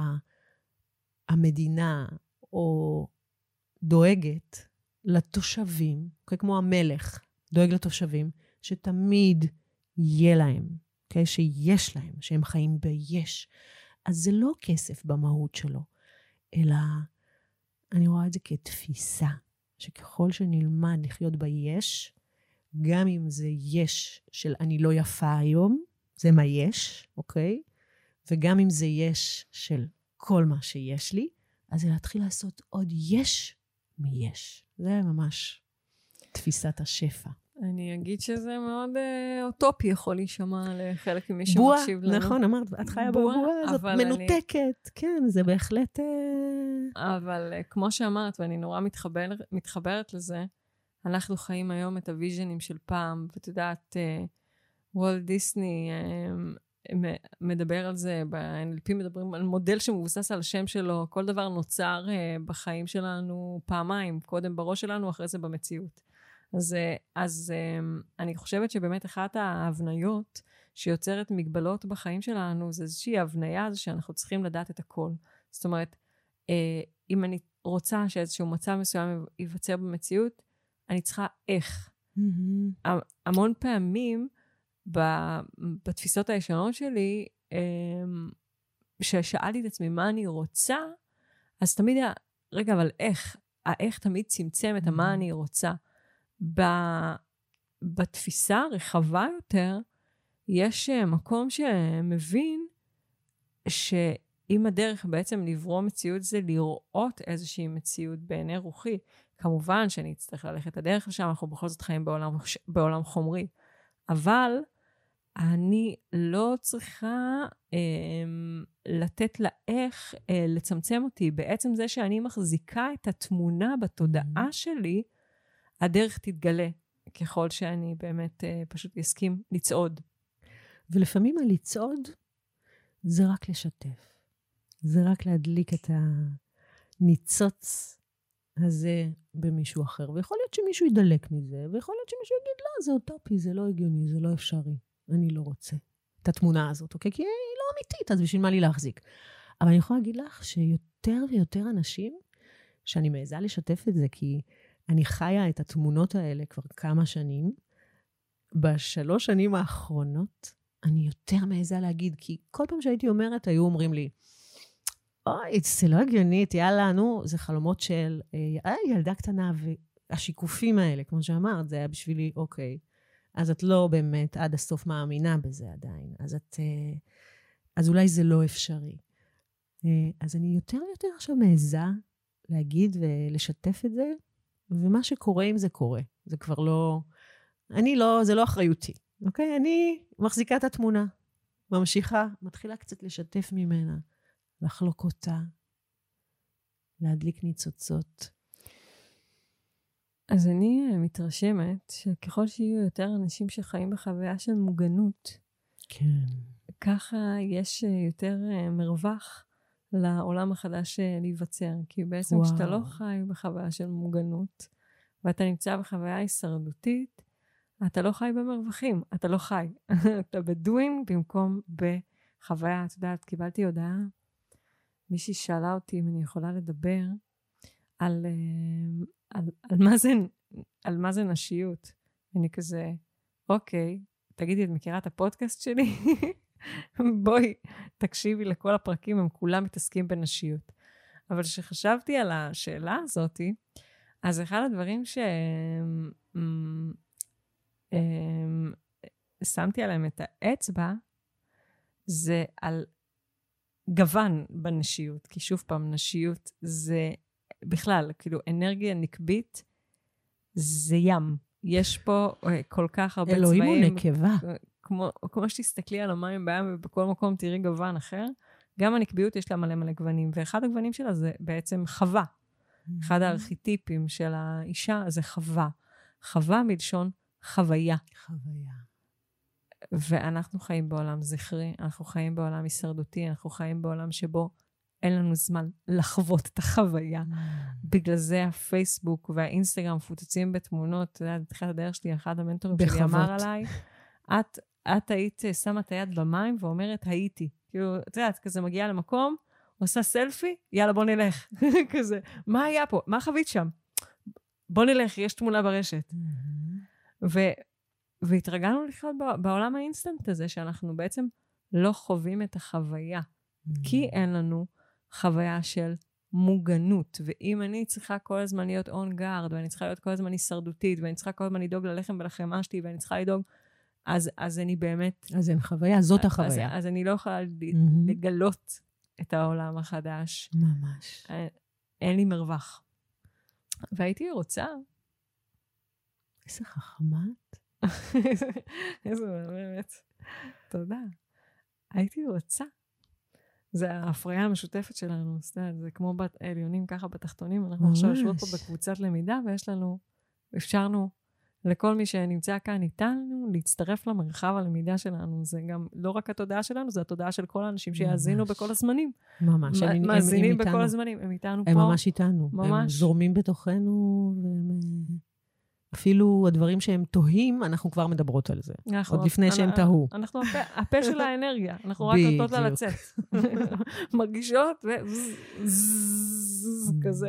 שהמדינה או דואגת לתושבים, כמו המלך דואג לתושבים, שתמיד יהיה להם, שיש להם, שהם חיים ביש. אז זה לא כסף במהות שלו, אלא אני רואה את זה כתפיסה, שככל שנלמד לחיות ביש, גם אם זה יש של אני לא יפה היום, זה מה יש, אוקיי? וגם אם זה יש של כל מה שיש לי, אז זה להתחיל לעשות עוד יש מיש. זה ממש תפיסת השפע. אני אגיד שזה מאוד אה, אוטופי יכול להישמע לחלק ממי שמקשיב לנו. נכון, אמרת, את חיה בבועה הזאת, מנותקת, אני... כן, זה בהחלט... אה... אבל אה, כמו שאמרת, ואני נורא מתחבר, מתחברת לזה, אנחנו חיים היום את הוויז'נים של פעם, ואת יודעת, אה, וולט דיסני אה, מדבר על זה, ב-אן אל פי מדברים על מודל שמבוסס על השם שלו, כל דבר נוצר אה, בחיים שלנו פעמיים, קודם בראש שלנו, אחרי זה במציאות. אז, אז אני חושבת שבאמת אחת ההבניות שיוצרת מגבלות בחיים שלנו, זה איזושהי הבניה הזו שאנחנו צריכים לדעת את הכל. זאת אומרת, אם אני רוצה שאיזשהו מצב מסוים ייווצר במציאות, אני צריכה איך. Mm-hmm. המון פעמים בתפיסות הישנות שלי, ששאלתי את עצמי מה אני רוצה, אז תמיד, רגע, אבל איך? האיך תמיד צמצם את מה אני רוצה. בתפיסה הרחבה יותר, יש מקום שמבין שאם הדרך בעצם לברוא מציאות זה לראות איזושהי מציאות בעיני רוחי, כמובן שאני אצטרך ללכת את הדרך לשם, אנחנו בכל זאת חיים בעולם, בעולם חומרי, אבל אני לא צריכה אה, לתת לה איך אה, לצמצם אותי, בעצם זה שאני מחזיקה את התמונה בתודעה mm-hmm. שלי, הדרך תתגלה. ככל שאני באמת פשוט אסכים לצעוד. ולפעמים הלצעוד זה רק לשתף. זה רק להדליק את הניצוץ הזה במישהו אחר. ויכול להיות שמישהו ידלק מזה, ויכול להיות שמישהו יגיד, לא, זה אוטופי, זה לא הגיוני, זה לא אפשרי. אני לא רוצה את התמונה הזאת, אוקיי? כי היא לא אמיתית, אז בשביל מה לי להחזיק? אבל אני יכולה להגיד לך שיותר ויותר אנשים, שאני מעיזה לשתף את זה, כי אני חיה את התמונות האלה כבר כמה שנים, בשלוש שנים האחרונות, אני יותר מעיזה להגיד, כי כל פעם שהייתי אומרת, היו אומרים לי, אוי, זה לא הגיונית, יאללה, נו, זה חלומות של אה, ילדה קטנה, והשיקופים האלה, כמו שאמרת, זה היה בשבילי, אוקיי, אז את לא באמת עד הסוף מאמינה בזה עדיין, אז את, אה, אז אולי זה לא אפשרי. אה, אז אני יותר ויותר עכשיו מעיזה להגיד ולשתף את זה, ומה שקורה אם זה קורה, זה כבר לא, אני לא, זה לא אחריותי, אוקיי? אני מחזיקה את התמונה, ממשיכה, מתחילה קצת לשתף ממנה, לחלוק אותה, להדליק ניצוצות. אז אני מתרשמת שככל שיהיו יותר אנשים שחיים בחוויה של מוגנות, כן. ככה יש יותר מרווח לעולם החדש להיווצר. כי בעצם וואו. כשאתה לא חי בחוויה של מוגנות, ואתה נמצא בחוויה הישרדותית, אתה לא חי במרווחים, אתה לא חי. אתה בדוין במקום בחוויה. את יודעת, קיבלתי הודעה, מישהי שאלה אותי אם אני יכולה לדבר על, על, על, מה זה, על מה זה נשיות. אני כזה, אוקיי, תגידי, את מכירה את הפודקאסט שלי? בואי, תקשיבי לכל הפרקים, הם כולם מתעסקים בנשיות. אבל כשחשבתי על השאלה הזאת, אז אחד הדברים ש... שמתי עליהם את האצבע, זה על גוון בנשיות, כי שוב פעם, נשיות זה בכלל, כאילו אנרגיה נקבית, זה ים. יש פה כל כך הרבה צבעים. אלוהים הוא נקבה. כמו, כמו שתסתכלי על המים בים, ובכל מקום תראי גוון אחר, גם הנקביות יש לה מלא מלא גוונים, ואחד הגוונים שלה זה בעצם חווה. אחד הארכיטיפים של האישה זה חווה. חווה מלשון חוויה. חוויה. ואנחנו חיים בעולם זכרי, אנחנו חיים בעולם הישרדותי, אנחנו חיים בעולם שבו אין לנו זמן לחוות את החוויה. בגלל זה הפייסבוק והאינסטגרם מפוצצים בתמונות. אתה יודע, בתחילת הדרך שלי, אחד המנטורים שלי אמר עליי, את, את היית שמה את היד במים ואומרת, הייתי. כאילו, אתה יודע, את כזה מגיעה למקום, עושה סלפי, יאללה בוא נלך. כזה, מה היה פה? מה חווית שם? בוא נלך, יש תמונה ברשת. ו... והתרגלנו לחיות בעולם האינסטנט הזה, שאנחנו בעצם לא חווים את החוויה, כי אין לנו חוויה של מוגנות, ואם אני צריכה כל הזמן להיות on guard, ואני צריכה להיות כל הזמן הישרדותית, ואני צריכה כל הזמן לדאוג ללחם ולחמאה שלי, ואני צריכה לדאוג, אז, אז אני באמת... אז אין חוויה, זאת החוויה. אז, אז אני לא יכולה לגלות את העולם החדש. ממש. אין לי מרווח. והייתי רוצה... איזה חכמת. איזה באמת. תודה. הייתי רוצה. זה ההפריה המשותפת שלנו. זה כמו עליונים ככה בתחתונים. אנחנו עכשיו יושבות פה בקבוצת למידה, ויש לנו, אפשרנו לכל מי שנמצא כאן איתנו, להצטרף למרחב הלמידה שלנו. זה גם לא רק התודעה שלנו, זה התודעה של כל האנשים שיאזינו בכל הזמנים. ממש. מאזינים בכל הזמנים. הם איתנו פה. הם ממש איתנו. הם זורמים בתוכנו, והם... אפילו הדברים שהם תוהים, אנחנו כבר מדברות על זה. עוד לפני שהם תהו. אנחנו הפה של האנרגיה. אנחנו רק נותנות לה לצאת. מרגישות וכזה.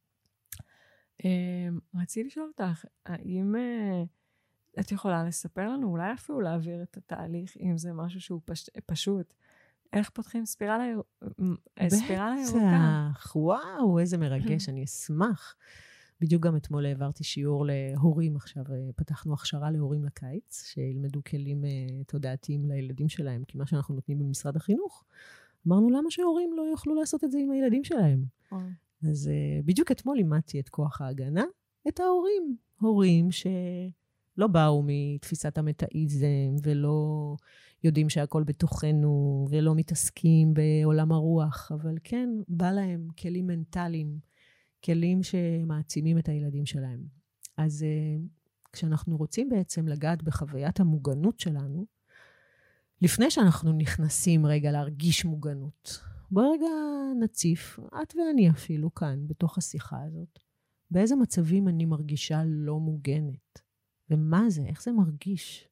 רציתי לשאול אותך, האם את יכולה לספר לנו, אולי אפילו להעביר את התהליך, אם זה משהו שהוא פשוט, איך פותחים ספירלה ירוקה? בטח, וואו, איזה מרגש, אני אשמח. בדיוק גם אתמול העברתי שיעור להורים עכשיו, פתחנו הכשרה להורים לקיץ, שילמדו כלים תודעתיים לילדים שלהם, כי מה שאנחנו נותנים במשרד החינוך, אמרנו למה שההורים לא יוכלו לעשות את זה עם הילדים שלהם. אז בדיוק אתמול לימדתי את כוח ההגנה, את ההורים. הורים שלא באו מתפיסת המטאיזם, ולא יודעים שהכל בתוכנו, ולא מתעסקים בעולם הרוח, אבל כן, בא להם כלים מנטליים, כלים שמעצימים את הילדים שלהם. אז כשאנחנו רוצים בעצם לגעת בחוויית המוגנות שלנו, לפני שאנחנו נכנסים רגע להרגיש מוגנות, בואי רגע נציף, את ואני אפילו כאן, בתוך השיחה הזאת, באיזה מצבים אני מרגישה לא מוגנת, ומה זה, איך זה מרגיש?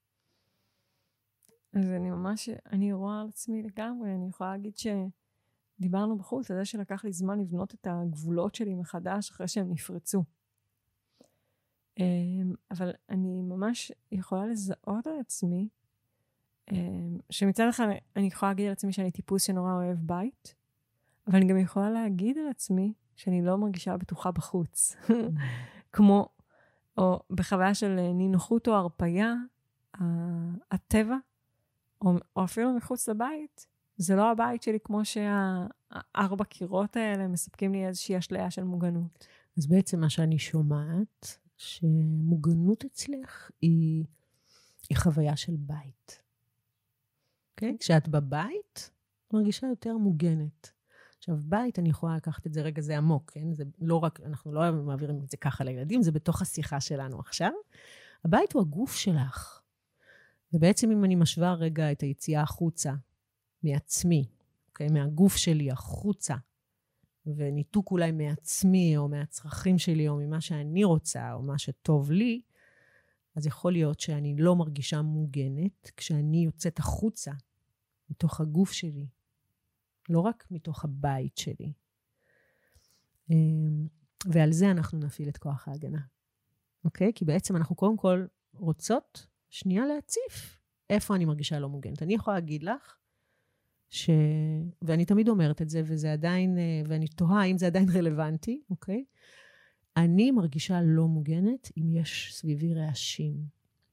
אז אני ממש, אני רואה על עצמי לגמרי, אני יכולה להגיד שדיברנו בחוץ, על זה שלקח לי זמן לבנות את הגבולות שלי מחדש, אחרי שהם נפרצו. אבל אני ממש יכולה לזהות על עצמי, שמצד אחד אני יכולה להגיד על עצמי שאני טיפוס שנורא אוהב בית, אבל אני גם יכולה להגיד על עצמי שאני לא מרגישה בטוחה בחוץ. כמו, או בחוויה של נינוחות או הרפיה, הטבע, או, או אפילו מחוץ לבית, זה לא הבית שלי כמו שהארבע קירות האלה מספקים לי איזושהי אשליה של מוגנות. אז בעצם מה שאני שומעת, שמוגנות אצלך היא, היא חוויה של בית. Okay? כשאת בבית, מרגישה יותר מוגנת. עכשיו, בית, אני יכולה לקחת את זה רגע, זה עמוק, כן? זה לא רק, אנחנו לא מעבירים את זה ככה לילדים, זה בתוך השיחה שלנו עכשיו. הבית הוא הגוף שלך. ובעצם אם אני משווה רגע את היציאה החוצה מעצמי, okay? מהגוף שלי החוצה, וניתוק אולי מעצמי, או מהצרכים שלי, או ממה שאני רוצה, או מה שטוב לי, אז יכול להיות שאני לא מרגישה מוגנת, כשאני יוצאת החוצה, מתוך הגוף שלי, לא רק מתוך הבית שלי. ועל זה אנחנו נפעיל את כוח ההגנה. אוקיי? כי בעצם אנחנו קודם כל רוצות שנייה להציף איפה אני מרגישה לא מוגנת. אני יכולה להגיד לך, ש... ואני תמיד אומרת את זה, וזה עדיין, ואני תוהה אם זה עדיין רלוונטי, אוקיי? אני מרגישה לא מוגנת אם יש סביבי רעשים.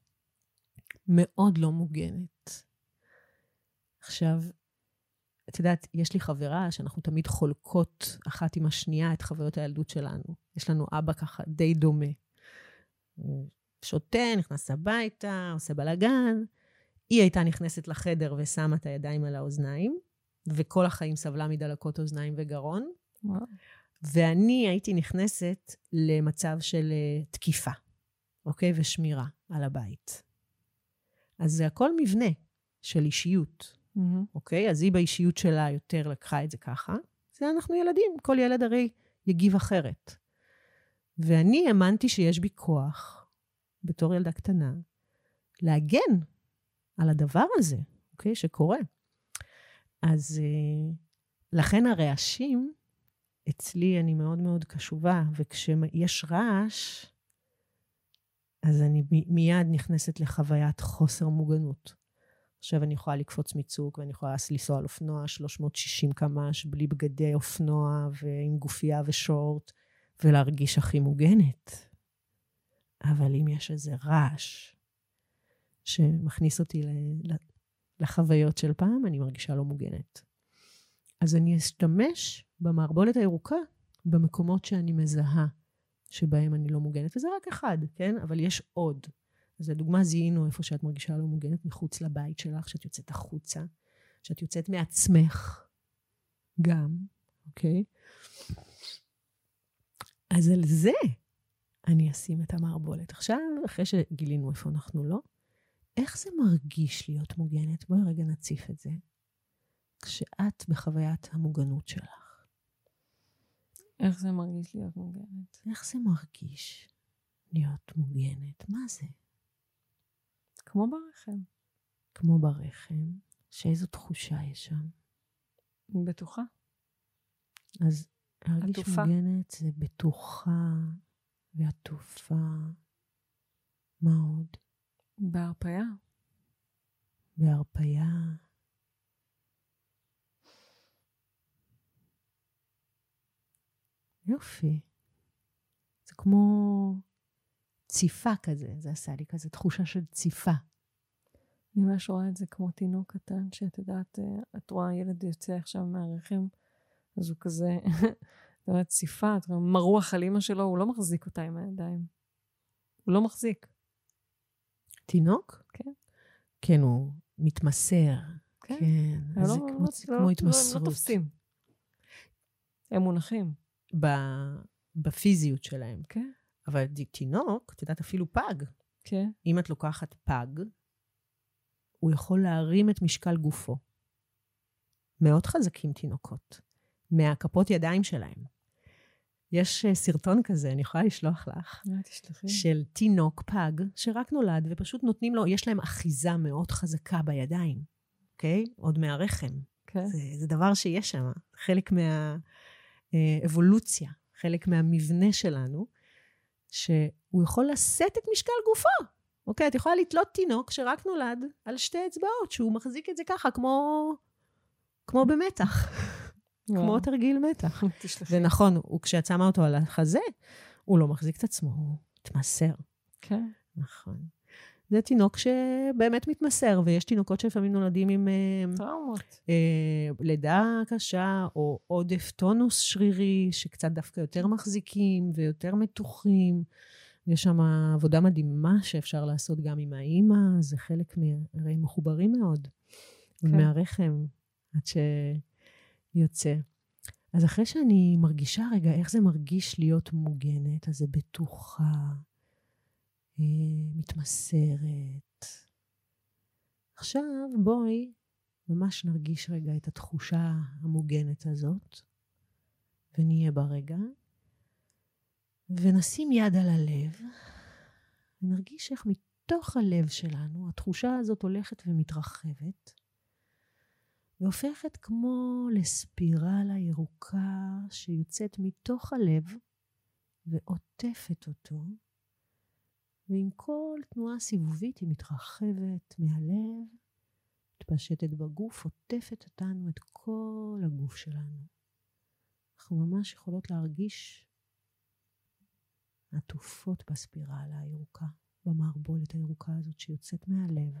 מאוד לא מוגנת. עכשיו, את יודעת, יש לי חברה שאנחנו תמיד חולקות אחת עם השנייה את חוויות הילדות שלנו. יש לנו אבא ככה די דומה. שותה, נכנס הביתה, עושה בלגן. היא הייתה נכנסת לחדר ושמה את הידיים על האוזניים, וכל החיים סבלה מדלקות אוזניים וגרון. וואו. ואני הייתי נכנסת למצב של תקיפה, אוקיי? ושמירה על הבית. אז זה הכל מבנה של אישיות, mm-hmm. אוקיי? אז היא באישיות שלה יותר לקחה את זה ככה. זה אנחנו ילדים, כל ילד הרי יגיב אחרת. ואני האמנתי שיש בי כוח, בתור ילדה קטנה, להגן על הדבר הזה, אוקיי? שקורה. אז לכן הרעשים, אצלי אני מאוד מאוד קשובה, וכשיש רעש, אז אני מיד נכנסת לחוויית חוסר מוגנות. עכשיו אני יכולה לקפוץ מצוק, ואני יכולה לנסוע על אופנוע שלוש מאות ושישים קמ"ש, בלי בגדי אופנוע, ועם גופייה ושורט, ולהרגיש הכי מוגנת. אבל אם יש איזה רעש, שמכניס אותי לחוויות של פעם, אני מרגישה לא מוגנת. אז אני אשתמש במערבולת הירוקה, במקומות שאני מזהה, שבהם אני לא מוגנת, וזה רק אחד, כן? אבל יש עוד. אז לדוגמה, זיהינו איפה שאת מרגישה לא מוגנת, מחוץ לבית שלך, שאת יוצאת החוצה, שאת יוצאת מעצמך, גם, אוקיי? אז על זה אני אשים את המערבולת. עכשיו, אחרי שגילינו איפה אנחנו לא, איך זה מרגיש להיות מוגנת? בואי רגע נציף את זה. כשאת בחוויית המוגנות שלך. איך זה מרגיש להיות מוגנת? איך זה מרגיש להיות מוגנת? מה זה? כמו ברחם. כמו ברחם. שאיזו תחושה יש שם? בטוחה. אז להרגיש עטופה. מוגנת זה בטוחה ועטופה. מה עוד? בהרפיה. בהרפיה. יופי. זה כמו ציפה כזה, זה עשה לי כזה תחושה של ציפה. אני ממש רואה את זה כמו תינוק קטן, שאת יודעת, את רואה ילד יוצא עכשיו מהרחם, אז הוא כזה, את אומרת, ציפה, את רואה, מרוח על אמא שלו, הוא לא מחזיק אותה עם הידיים. הוא לא מחזיק. תינוק? כן. כן, הוא מתמסר. כן. כן. אז לא, זה כמו, לא, כמו לא, התמסרות. לא, לא תופסים. הם מונחים. ב... בפיזיות שלהם. כן. אבל תינוק, את יודעת, אפילו פג. כן. אם את לוקחת פג, הוא יכול להרים את משקל גופו. מאוד חזקים תינוקות. מהכפות ידיים שלהם. יש סרטון כזה, אני יכולה לשלוח לך, תשלחי. של תינוק פג, שרק נולד, ופשוט נותנים לו, יש להם אחיזה מאוד חזקה בידיים, אוקיי? עוד מהרחם. כן. זה, זה דבר שיש שם, חלק מהאבולוציה, חלק מהמבנה שלנו, שהוא יכול לשאת את משקל גופו. אוקיי, את יכולה לתלות תינוק שרק נולד על שתי אצבעות, שהוא מחזיק את זה ככה, כמו, כמו במתח. כמו תרגיל מתח. ונכון, וכשאת שמה אותו על החזה, הוא לא מחזיק את עצמו, הוא מתמסר. כן. נכון. זה תינוק שבאמת מתמסר, ויש תינוקות שלפעמים נולדים עם טראומות. אה, לידה קשה, או עודף טונוס שרירי, שקצת דווקא יותר מחזיקים ויותר מתוחים. יש שם עבודה מדהימה שאפשר לעשות גם עם האמא, זה חלק הרי מחוברים מאוד, כן. מהרחם, עד שיוצא. אז אחרי שאני מרגישה רגע איך זה מרגיש להיות מוגנת, אז זה בטוחה, אה, מתמסרת. עכשיו בואי ממש נרגיש רגע את התחושה המוגנת הזאת, ונהיה ברגע, ונשים יד על הלב, ונרגיש איך מתוך הלב שלנו, התחושה הזאת הולכת ומתרחבת, והופכת כמו לספירלה ירוקה שיוצאת מתוך הלב, ועוטפת אותו, ועם כל תנועה סיבובית היא מתרחבת מהלב, מתפשטת בגוף, עוטפת אותנו את כל הגוף שלנו. אנחנו ממש יכולות להרגיש עטופות בספירלה הירוקה, במערבולת הירוקה הזאת שיוצאת מהלב.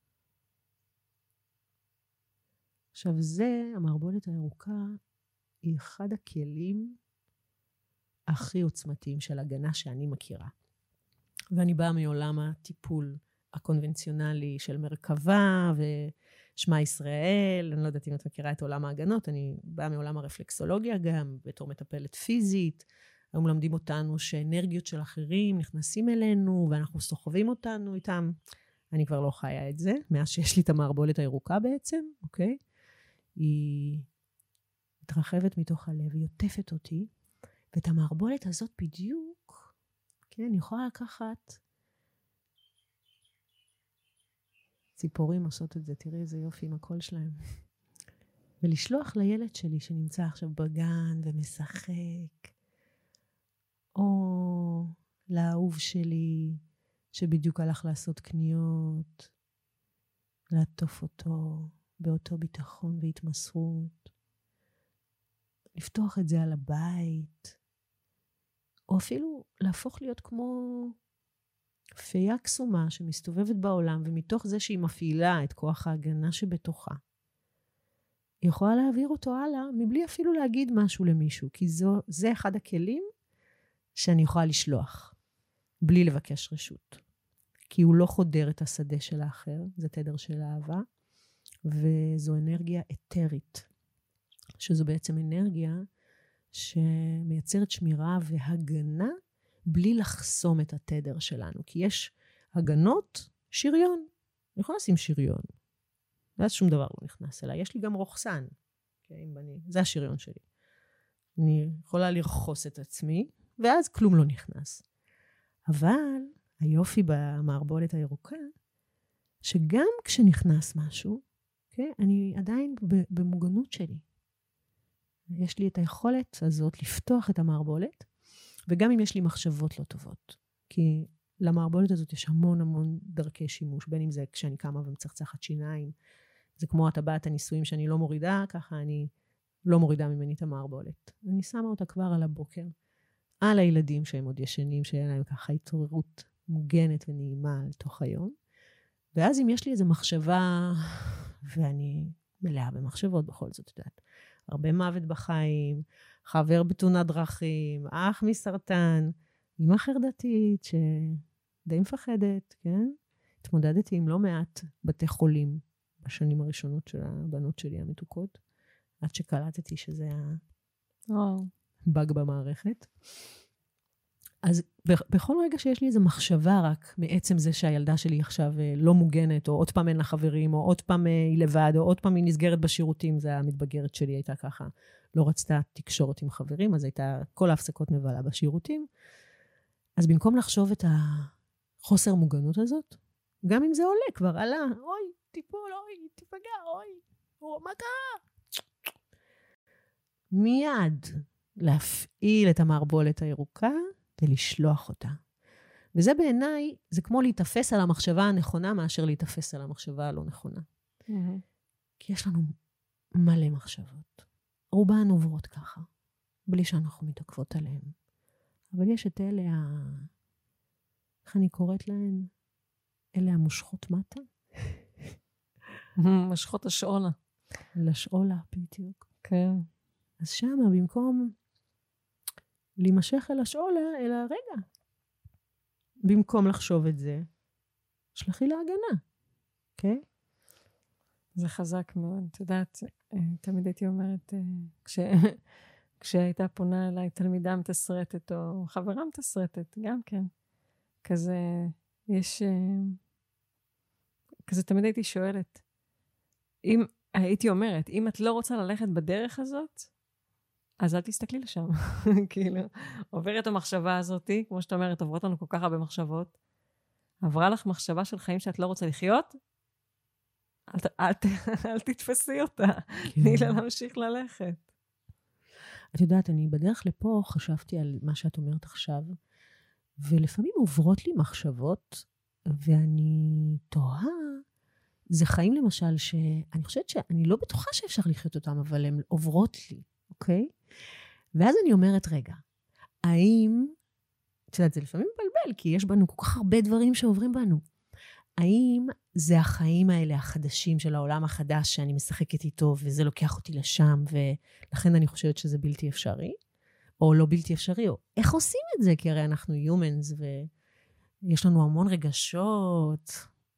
עכשיו זה, המערבולת הירוקה, היא אחד הכלים הכי עוצמתיים של הגנה שאני מכירה. ואני באה מעולם הטיפול הקונבנציונלי של מרכבה ושמה ישראל, אני לא יודעת אם את מכירה את עולם ההגנות, אני באה מעולם הרפלקסולוגיה גם, בתור מטפלת פיזית, היום מלמדים אותנו שאנרגיות של אחרים נכנסים אלינו, ואנחנו סוחבים אותנו איתם. אני כבר לא חיה את זה, מאז שיש לי את המערבולת הירוקה בעצם, אוקיי? היא מתרחבת מתוך הלב, היא עוטפת אותי, ואת המערבולת הזאת בדיוק, כן, אני יכולה לקחת, ציפורים עושות את זה, תראי איזה יופי עם הקול שלהם. ולשלוח לילד שלי שנמצא עכשיו בגן ומשחק, או לאהוב שלי שבדיוק הלך לעשות קניות, לעטוף אותו באותו ביטחון והתמסרות, לפתוח את זה על הבית, או אפילו להפוך להיות כמו פייה קסומה שמסתובבת בעולם, ומתוך זה שהיא מפעילה את כוח ההגנה שבתוכה, היא יכולה להעביר אותו הלאה, מבלי אפילו להגיד משהו למישהו, כי זו, זה אחד הכלים שאני יכולה לשלוח, בלי לבקש רשות. כי הוא לא חודר את השדה של האחר, זה תדר של אהבה, וזו אנרגיה אתרית, שזו בעצם אנרגיה שמייצרת שמירה והגנה, בלי לחסום את התדר שלנו. כי יש הגנות, שריון. אני יכולה לשים שריון, ואז שום דבר לא נכנס אליי. יש לי גם רוחסן, זה השריון שלי. אני יכולה לרחוס את עצמי, ואז כלום לא נכנס. אבל היופי במערבולת הירוקה, שגם כשנכנס משהו, okay, אני עדיין במוגנות שלי. יש לי את היכולת הזאת לפתוח את המערבולת, וגם אם יש לי מחשבות לא טובות. כי למערבולת הזאת יש המון המון דרכי שימוש, בין אם זה כשאני קמה ומצחצחת שיניים, זה כמו הטבעת הניסויים שאני לא מורידה, ככה אני לא מורידה ממני את המערבולת. אני שמה אותה כבר על הבוקר, על הילדים שהם עוד ישנים, שיהיה להם ככה התעוררות מוגנת ונעימה לתוך היום. ואז אם יש לי איזו מחשבה, ואני מלאה במחשבות בכל זאת, יודעת, הרבה מוות בחיים, חבר בתאונת דרכים, אח מסרטן, אמא חרדתית שדי מפחדת, כן? התמודדתי עם לא מעט בתי חולים בשנים הראשונות של הבנות שלי המתוקות, עד שקלטתי שזה הבאג במערכת. אז בכל רגע שיש לי איזו מחשבה רק מעצם זה שהילדה שלי עכשיו לא מוגנת, או עוד פעם אין לה חברים, או עוד פעם היא לבד, או עוד פעם היא נסגרת בשירותים, זה המתבגרת שלי הייתה ככה, לא רצתה תקשורת עם חברים, אז הייתה כל ההפסקות מבלה בשירותים. אז במקום לחשוב את החוסר מוגנות הזאת, גם אם זה עולה, כבר עלה, אוי, טיפול, אוי, תיפגע, אוי, או, מה קרה? מיד להפעיל את המערבולת הירוקה, ולשלוח אותה. וזה בעיניי, זה כמו להתאפס על המחשבה הנכונה, מאשר להתאפס על המחשבה הלא נכונה. Mm-hmm. כי יש לנו מלא מחשבות. רובן עוברות ככה, בלי שאנחנו מתעכבות עליהן. אבל יש את אלה ה... איך אני קוראת להן? אלה המושכות מטה? משכות השאולה. לשאולה, בדיוק. כן. אז שמה, במקום להימשך אל השאולה, אלא רגע. במקום לחשוב את זה, שלחי להגנה. אוקיי? זה חזק מאוד. את יודעת, תמיד הייתי אומרת, כש... כשהייתה פונה אליי תלמידה מתסרטת, או חברה מתסרטת, גם כן. כזה, יש... כזה תמיד הייתי שואלת, אם, הייתי אומרת, אם את לא רוצה ללכת בדרך הזאת, אז אל תסתכלי לשם. כאילו, עוברת המחשבה הזאת, כמו שאת אומרת, עוברות לנו כל כך הרבה מחשבות, עברה לך מחשבה של חיים שאת לא רוצה לחיות, אל, אל, אל, אל תתפסי אותה. תני לה להמשיך ללכת. את יודעת, אני בדרך לפה חשבתי על מה שאת אומרת עכשיו, ולפעמים עוברות לי מחשבות, ואני תוהה, זה חיים למשל שאני חושבת שאני לא בטוחה שאפשר לחיות אותם, אבל הן עוברות לי, אוקיי? ואז אני אומרת, רגע, האם, את יודעת, זה לפעמים מבלבל, כי יש בנו כל כך הרבה דברים שעוברים בנו. האם זה החיים האלה החדשים של העולם החדש שאני משחקת איתו, וזה לוקח אותי לשם, ולכן אני חושבת שזה בלתי אפשרי, או לא בלתי אפשרי, או איך עושים את זה? כי הרי אנחנו humans, ויש לנו המון רגשות,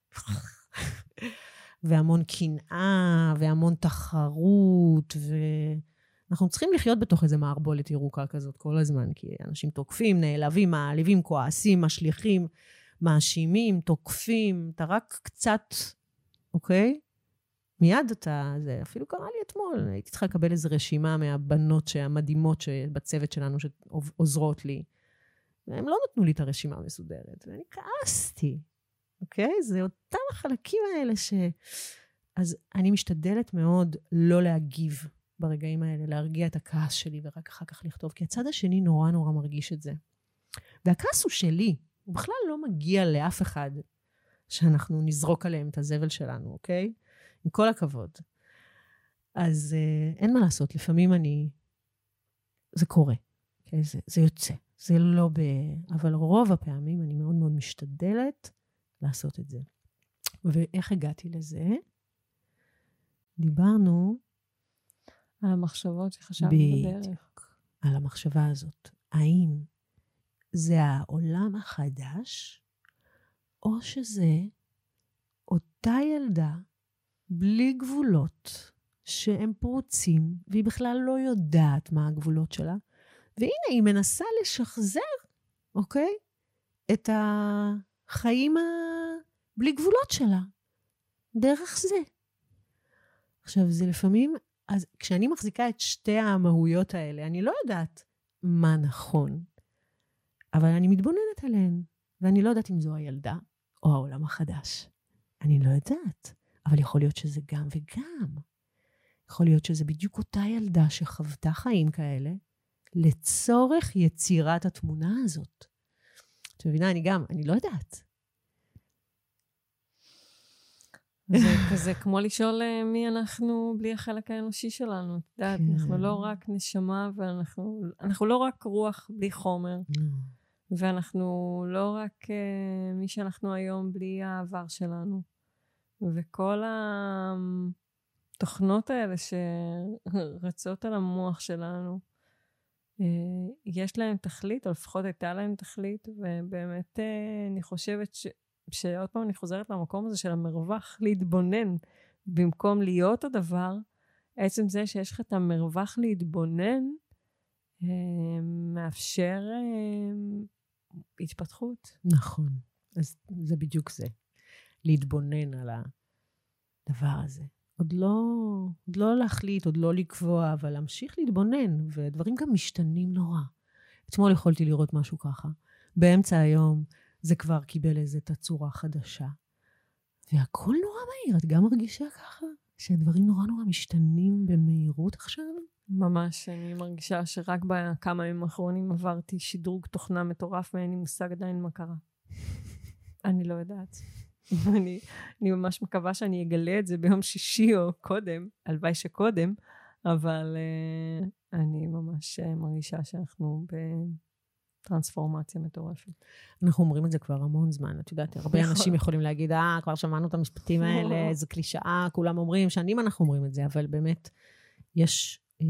והמון קנאה, והמון תחרות, ואנחנו צריכים לחיות בתוך איזה מערבולת ירוקה כזאת כל הזמן, כי אנשים תוקפים, נעלבים, מעליבים, כועסים, משליכים, מאשימים, תוקפים, אתה רק קצת, אוקיי? מיד אתה, זה אפילו קרה לי אתמול, הייתי צריכה לקבל איזו רשימה מהבנות המדהימות שבצוות שלנו שעוזרות לי, והם לא נתנו לי את הרשימה המסודרת, ואני כעסתי, אוקיי? זה אותם החלקים האלה ש... אז אני משתדלת מאוד לא להגיב ברגעים האלה, להרגיע את הכעס שלי ורק אחר כך לכתוב, כי הצד השני נורא נורא מרגיש את זה. והכעס הוא שלי, הוא בכלל לא מגיע לאף אחד שאנחנו נזרוק עליהם את הזבל שלנו, אוקיי? עם כל הכבוד. אז אה, אין מה לעשות, לפעמים אני... זה קורה, אוקיי? זה, זה יוצא, זה לא ב... אבל רוב הפעמים אני מאוד מאוד משתדלת לעשות את זה. ואיך הגעתי לזה? דיברנו... על המחשבות שחשבנו בדרך. על המחשבה הזאת. האם זה העולם החדש, או שזה אותה ילדה בלי גבולות, שהם פרוצים, והיא בכלל לא יודעת מה הגבולות שלה, והנה היא מנסה לשחזר, אוקיי? את החיים בלי גבולות שלה, דרך זה. עכשיו, זה לפעמים, אז כשאני מחזיקה את שתי המהויות האלה, אני לא יודעת מה נכון, אבל אני מתבוננת עליהן, ואני לא יודעת אם זו הילדה או העולם החדש. אני לא יודעת, אבל יכול להיות שזה גם וגם. יכול להיות שזה בדיוק אותה ילדה שחוותה חיים כאלה, לצורך יצירת התמונה הזאת. את מבינה, אני גם, אני לא יודעת. זה כזה כמו לשאול מי אנחנו בלי החלק האנושי שלנו. את יודעת, אנחנו לא רק נשמה, ואנחנו אנחנו לא רק רוח בלי חומר. ואנחנו לא רק uh, מי שאנחנו היום בלי העבר שלנו. וכל התוכנות האלה שרצות על המוח שלנו, uh, יש להם תכלית, או לפחות הייתה להם תכלית, ובאמת uh, אני חושבת ש... שעוד פעם אני חוזרת למקום הזה של המרווח להתבונן, במקום להיות הדבר, עצם זה שיש לך את המרווח להתבונן, uh, מאפשר... Uh, התפתחות. נכון. אז זה בדיוק זה. להתבונן על הדבר הזה. עוד לא, עוד לא להחליט, עוד לא לקבוע, אבל להמשיך להתבונן, ודברים גם משתנים נורא. אתמול יכולתי לראות משהו ככה. באמצע היום זה כבר קיבל איזו תצורה חדשה. והכל נורא מהיר. את גם מרגישה ככה? שהדברים נורא נורא משתנים במהירות עכשיו? ממש, אני מרגישה שרק בכמה ימים האחרונים עברתי שדרוג תוכנה מטורף, ואין לי מושג עדיין מה קרה. אני לא יודעת. אני, אני ממש מקווה שאני אגלה את זה ביום שישי או קודם, הלוואי שקודם, אבל uh, אני ממש מרגישה שאנחנו בטרנספורמציה מטורפת. אנחנו אומרים את זה כבר המון זמן, את יודעת, הרבה אנשים יכולים להגיד, אה, כבר שמענו את המשפטים האלה, איזו קלישאה, כולם אומרים, שנים אנחנו אומרים את זה, אבל באמת, יש, אה,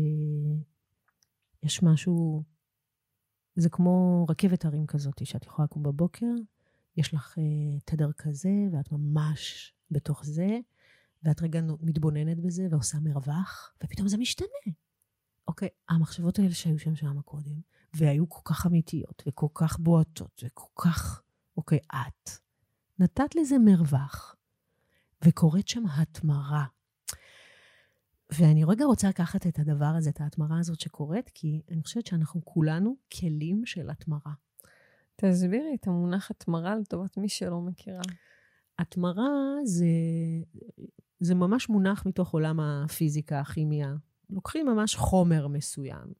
יש משהו, זה כמו רכבת הרים כזאת, שאת יכולה לקום בבוקר, יש לך uh, תדר כזה, ואת ממש בתוך זה, ואת רגע מתבוננת בזה, ועושה מרווח, ופתאום זה משתנה. אוקיי, המחשבות האלה שהיו שם שם קודם, והיו כל כך אמיתיות, וכל כך בועטות, וכל כך, אוקיי, את, נתת לזה מרווח, וקורית שם התמרה. ואני רגע רוצה לקחת את הדבר הזה, את ההתמרה הזאת שקורית, כי אני חושבת שאנחנו כולנו כלים של התמרה. תסבירי את המונח התמרה לטובת מי שלא מכירה. התמרה זה, זה ממש מונח מתוך עולם הפיזיקה, הכימיה. לוקחים ממש חומר מסוים,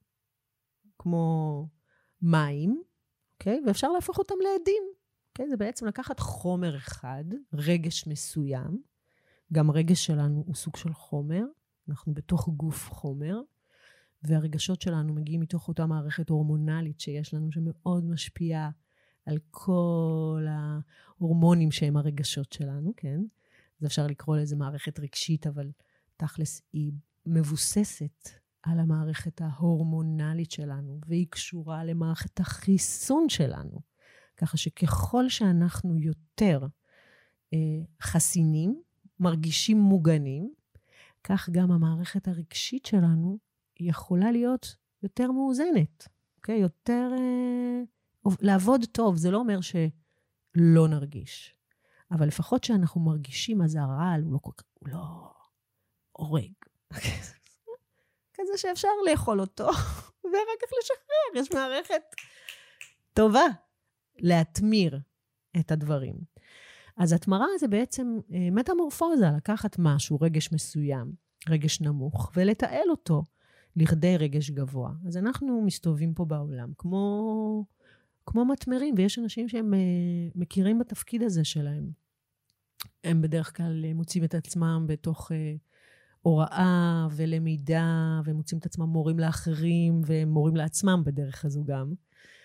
כמו מים, אוקיי? ואפשר להפוך אותם לעדים. אוקיי? זה בעצם לקחת חומר אחד, רגש מסוים. גם רגש שלנו הוא סוג של חומר. אנחנו בתוך גוף חומר. והרגשות שלנו מגיעים מתוך אותה מערכת הורמונלית שיש לנו, שמאוד משפיעה על כל ההורמונים שהם הרגשות שלנו, כן? אז אפשר לקרוא לזה מערכת רגשית, אבל תכלס היא מבוססת על המערכת ההורמונלית שלנו, והיא קשורה למערכת החיסון שלנו. ככה שככל שאנחנו יותר אה, חסינים, מרגישים מוגנים, כך גם המערכת הרגשית שלנו יכולה להיות יותר מאוזנת, אוקיי? יותר אה, לעבוד טוב, זה לא אומר שלא נרגיש. אבל לפחות שאנחנו מרגישים, אז הרעל הוא לא, הוא לא הורג. כזה שאפשר לאכול אותו, ורק כך לשחרר. יש מערכת טובה להתמיר את הדברים. אז התמרה זה בעצם אה, מטמורפוזה, לקחת משהו, רגש מסוים, רגש נמוך, ולתעל אותו לכדי רגש גבוה. אז אנחנו מסתובבים פה בעולם, כמו, כמו מתמרים, ויש אנשים שהם אה, מכירים בתפקיד הזה שלהם. הם בדרך כלל מוצאים את עצמם בתוך אה, הוראה ולמידה, ומוצאים את עצמם מורים לאחרים, ומורים לעצמם בדרך הזו גם.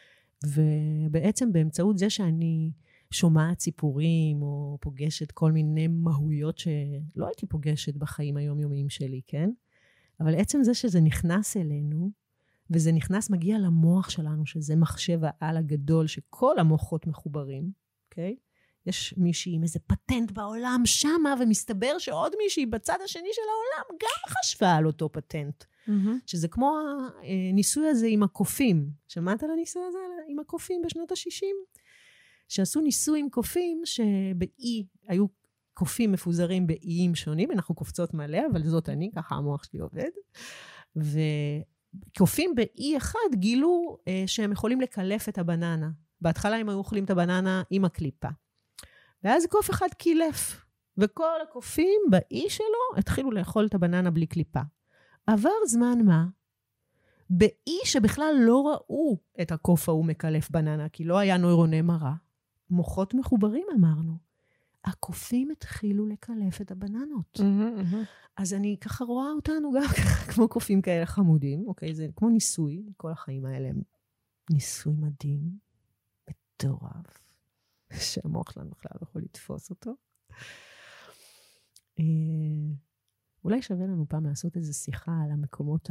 ובעצם באמצעות זה שאני שומעת סיפורים, או פוגשת כל מיני מהויות שלא הייתי פוגשת בחיים היומיומיים שלי, כן? אבל עצם זה שזה נכנס אלינו, וזה נכנס, מגיע למוח שלנו, שזה מחשב העל הגדול, שכל המוחות מחוברים, אוקיי? יש מישהי עם איזה פטנט בעולם שמה, ומסתבר שעוד מישהי בצד השני של העולם גם חשבה על אותו פטנט. Mm-hmm. שזה כמו הניסוי הזה עם הקופים. שמעת על הניסוי הזה עם הקופים בשנות ה-שישים? שעשו ניסוי עם קופים שבאי, היו קופים מפוזרים באיים שונים, אנחנו קופצות מלא, אבל זאת אני, ככה המוח שלי עובד. וקופים באי אחד גילו אה, שהם יכולים לקלף את הבננה. בהתחלה הם היו אוכלים את הבננה עם הקליפה. ואז קוף אחד קילף, וכל הקופים באי שלו התחילו לאכול את הבננה בלי קליפה. עבר זמן מה? באי שבכלל לא ראו את הקוף ההוא מקלף בננה, כי לא היה נוירוני מראה. מוחות מחוברים אמרנו. הקופים התחילו לקלף את הבננות. Mm-hmm, mm-hmm. אז אני ככה רואה אותנו גם ככה, כמו קופים כאלה חמודים, אוקיי? זה כמו ניסוי, כל החיים האלה הם ניסוי מדהים, מטורף, שהמוח שלנו בכלל לא יכול לתפוס אותו. אה, אולי שווה לנו פעם לעשות איזו שיחה על המקומות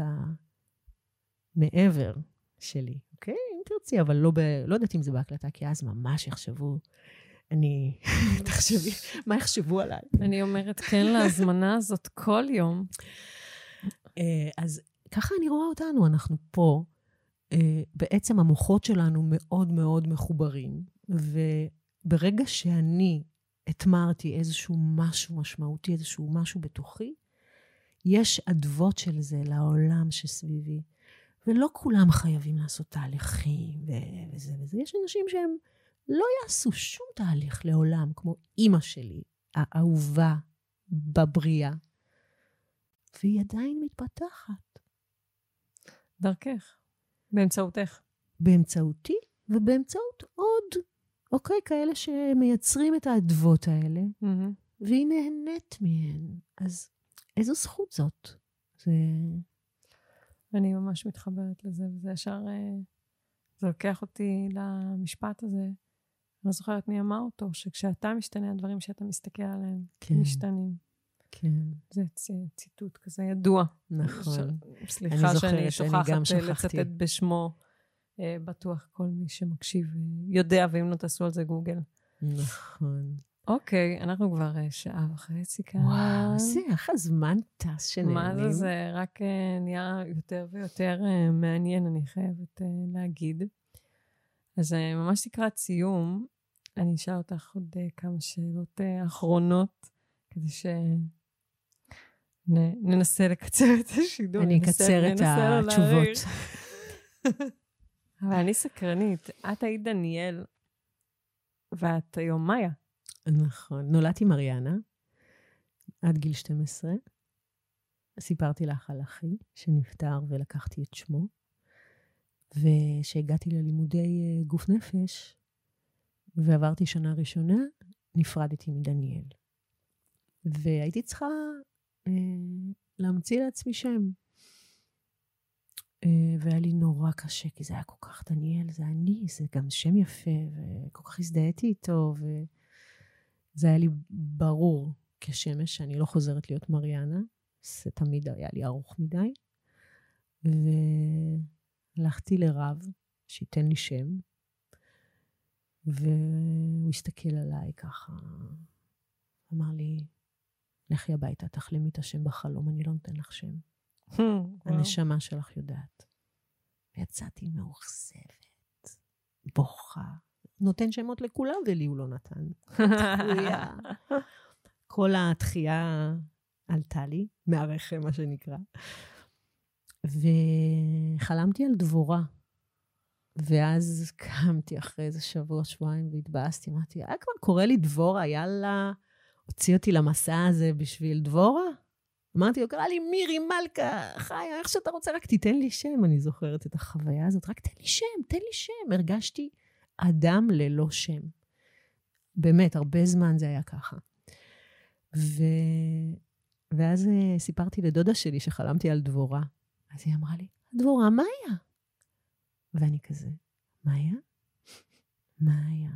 המעבר שלי, אוקיי? אם תרצי, אבל לא, ב... לא יודעת אם זה בהקלטה, כי אז ממש יחשבו, אני, תחשבי, מה יחשבו עליי? אני אומרת כן להזמנה הזאת כל יום. אז ככה אני רואה אותנו, אנחנו פה, בעצם המוחות שלנו מאוד מאוד מחוברים, וברגע שאני התמרתי איזשהו משהו משמעותי, איזשהו משהו בתוכי, יש עדבות של זה לעולם שסביבי, ולא כולם חייבים לעשות תהליכים וזה וזה. יש אנשים שהם לא יעשו שום תהליך לעולם, כמו אמא שלי, האהובה בבריאה, והיא עדיין מתפתחת. דרכך, באמצעותך. באמצעותי ובאמצעות עוד, אוקיי, כאלה שמייצרים את העדבות האלה, Mm-hmm. והיא נהנית מהן. אז איזו זכות זאת? זה... אני ממש מתחברת לזה, וזה ישר, זה לוקח אותי למשפט הזה. אני לא זוכרת מי אמר אותו, שכשאתה משתנה, הדברים שאתה מסתכל עליהם, כן. משתנים. כן. זה ציטוט כזה ידוע. נכון. סליחה שאני שוכחת לצטט בשמו. בטוח כל מי שמקשיב יודע, ואם לא תעשו על זה גוגל. נכון. אוקיי, אנחנו כבר שעה וחצי כאן. וואו, זה איך הזמן טס שנהנים. מה זה, זה רק נהיה יותר ויותר מעניין, אני חייבת להגיד. אז ממש לקראת סיום, אני אשאל אותך עוד כמה שאלות אחרונות, כדי שננסה לקצר את השידור. אני אקצר את התשובות. אבל אני סקרנית. את היית דניאל, ואת היום מאיה. נכון. נולדתי מריאנה, עד גיל שתים עשרה. סיפרתי לך על אחי, שנפטר ולקחתי את שמו. ושהגעתי ללימודי גוף נפש, ועברתי שנה ראשונה, נפרדתי מדניאל. והייתי צריכה אה, להמציא לעצמי שם. אה, והיה לי נורא קשה, כי זה היה כל כך דניאל, זה אני, זה גם שם יפה, וכל כך הזדהיתי איתו, וזה היה לי ברור כשמש, שאני לא חוזרת להיות מריאנה, זה תמיד היה לי ארוך מדי. והלכתי לרב, שייתן לי שם, והוא הסתכל עליי ככה, אמר לי, לכי הביתה, תחלימי את השם בחלום, אני לא נותן לך שם. הנשמה שלך יודעת. ויצאתי מאוכזבת, בוכה. נותן שמות לכולם, ולי הוא לא נתן. כל התחייה עלתה לי, מהרחם, מה שנקרא. וחלמתי על דבורה. ואז קמתי אחרי איזה שבוע, שבועיים, והתבאסתי, אמרתי, היה כבר קורא לי דבורה, יאללה, הוציא אותי למסע הזה בשביל דבורה. אמרתי, הוא קרא לי מירי מלכה, חיה, איך שאתה רוצה, רק תיתן לי שם. אני זוכרת את החוויה הזאת, רק תן לי שם, תן לי שם. הרגשתי אדם ללא שם. באמת, הרבה זמן זה היה ככה. ו... ואז סיפרתי לדודה שלי שחלמתי על דבורה. אז היא אמרה לי, דבורה, מאיה? ואני כזה, מאיה? מאיה.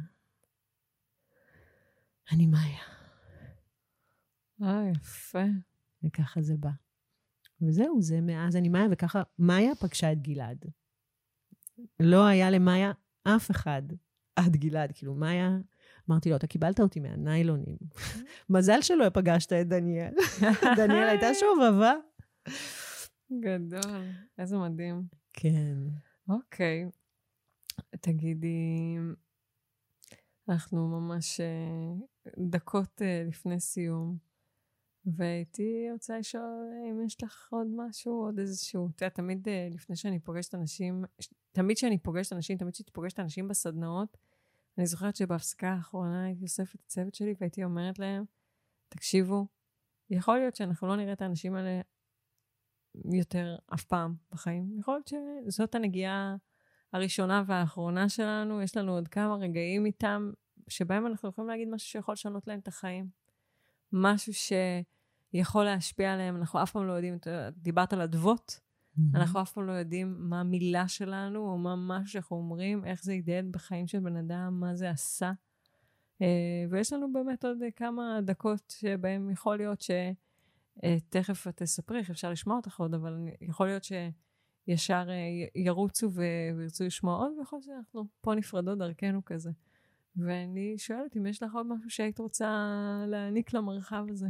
אני מאיה. אה, יפה. וככה זה בא. וזהו, זה מאז אני מאיה, וככה מאיה פגשה את גלעד. לא היה למאיה אף אחד עד גלעד. כאילו, מאיה, אמרתי לו, אתה קיבלת אותי מהניילונים. מזל שלא פגשת את דניאל. דניאל הייתה שובבה. גדול. איזה מדהים. כן. אוקיי. תגידי, אנחנו ממש דקות לפני סיום, והייתי רוצה לשאול אם יש לך עוד משהו, עוד איזשהו, אתה יודע, תמיד לפני שאני פוגשת אנשים, תמיד שאני פוגשת אנשים, תמיד שאני פוגשת אנשים בסדנאות, אני זוכרת שבהפסקה האחרונה הייתי אוספת את הצוות שלי, והייתי אומרת להם, תקשיבו, יכול להיות שאנחנו לא נראה את האנשים האלה יותר אף פעם בחיים. יכול להיות שזאת הנגיעה הראשונה והאחרונה שלנו, יש לנו עוד כמה רגעים איתם, שבהם אנחנו יכולים להגיד משהו שיכול לשנות להם את החיים. משהו שיכול להשפיע עליהם, אנחנו אף פעם לא יודעים, דיברת על אדוות, mm-hmm. אנחנו אף פעם לא יודעים מה המילה שלנו, או מה משהו שאנחנו אומרים, איך זה ידעד בחיים של בן אדם, מה זה עשה. ויש לנו באמת עוד כמה דקות שבהם יכול להיות שתכף תספרי, איך אפשר לשמוע אותך עוד, אבל יכול להיות שישר ירוצו וירצו לשמוע עוד, ויכול להיות שאנחנו פה נפרדות דרכנו כזה. ואני שואלת אם יש לך עוד משהו שהיית רוצה להעניק למרחב הזה.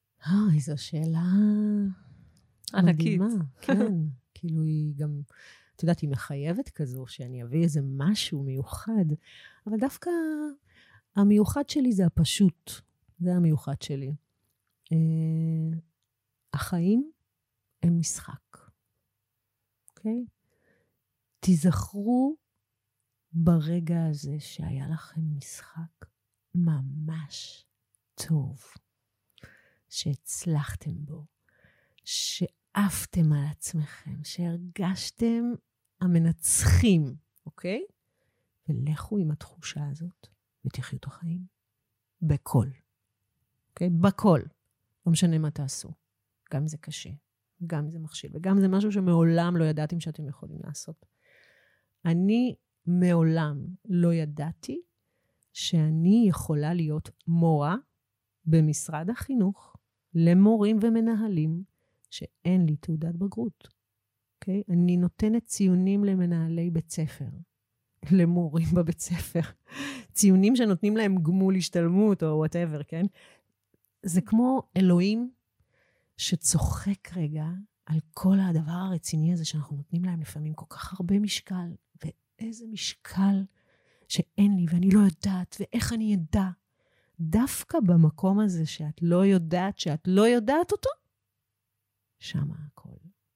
אוי, זו שאלה ענקית. מדהימה. כן, כאילו היא גם את יודעת, היא מחייבת כזו, שאני אביא איזה משהו מיוחד, אבל דווקא המיוחד שלי זה הפשוט. זה המיוחד שלי. Uh, החיים הם משחק. אוקיי? Okay? תיזכרו ברגע הזה שהיה לכם משחק ממש טוב, שהצלחתם בו, שעפתם על עצמכם, שהרגשתם המנצחים, אוקיי? ולכו עם התחושה הזאת ותחיו את החיים. בכל. אוקיי? בכל. לא משנה מה תעשו. גם אם זה קשה, גם אם זה מכשיל, וגם אם זה משהו שמעולם לא ידעתם שאתם יכולים לעשות. אני מעולם לא ידעתי שאני יכולה להיות מורה במשרד החינוך למורים ומנהלים שאין לי תעודת בגרות. אוקיי? אני נותנת ציונים למנהלי בית ספר, למורים בבית ספר. ציונים שנותנים להם גמול השתלמות או whatever, כן? זה כמו אלוהים שצוחק רגע על כל הדבר הרציני הזה שאנחנו נותנים להם לפעמים כל כך הרבה משקל, ואיזה משקל שאין לי ואני לא יודעת, ואיך אני ידע. דווקא במקום הזה שאת לא יודעת, שאת לא יודעת אותו, שמה הכל.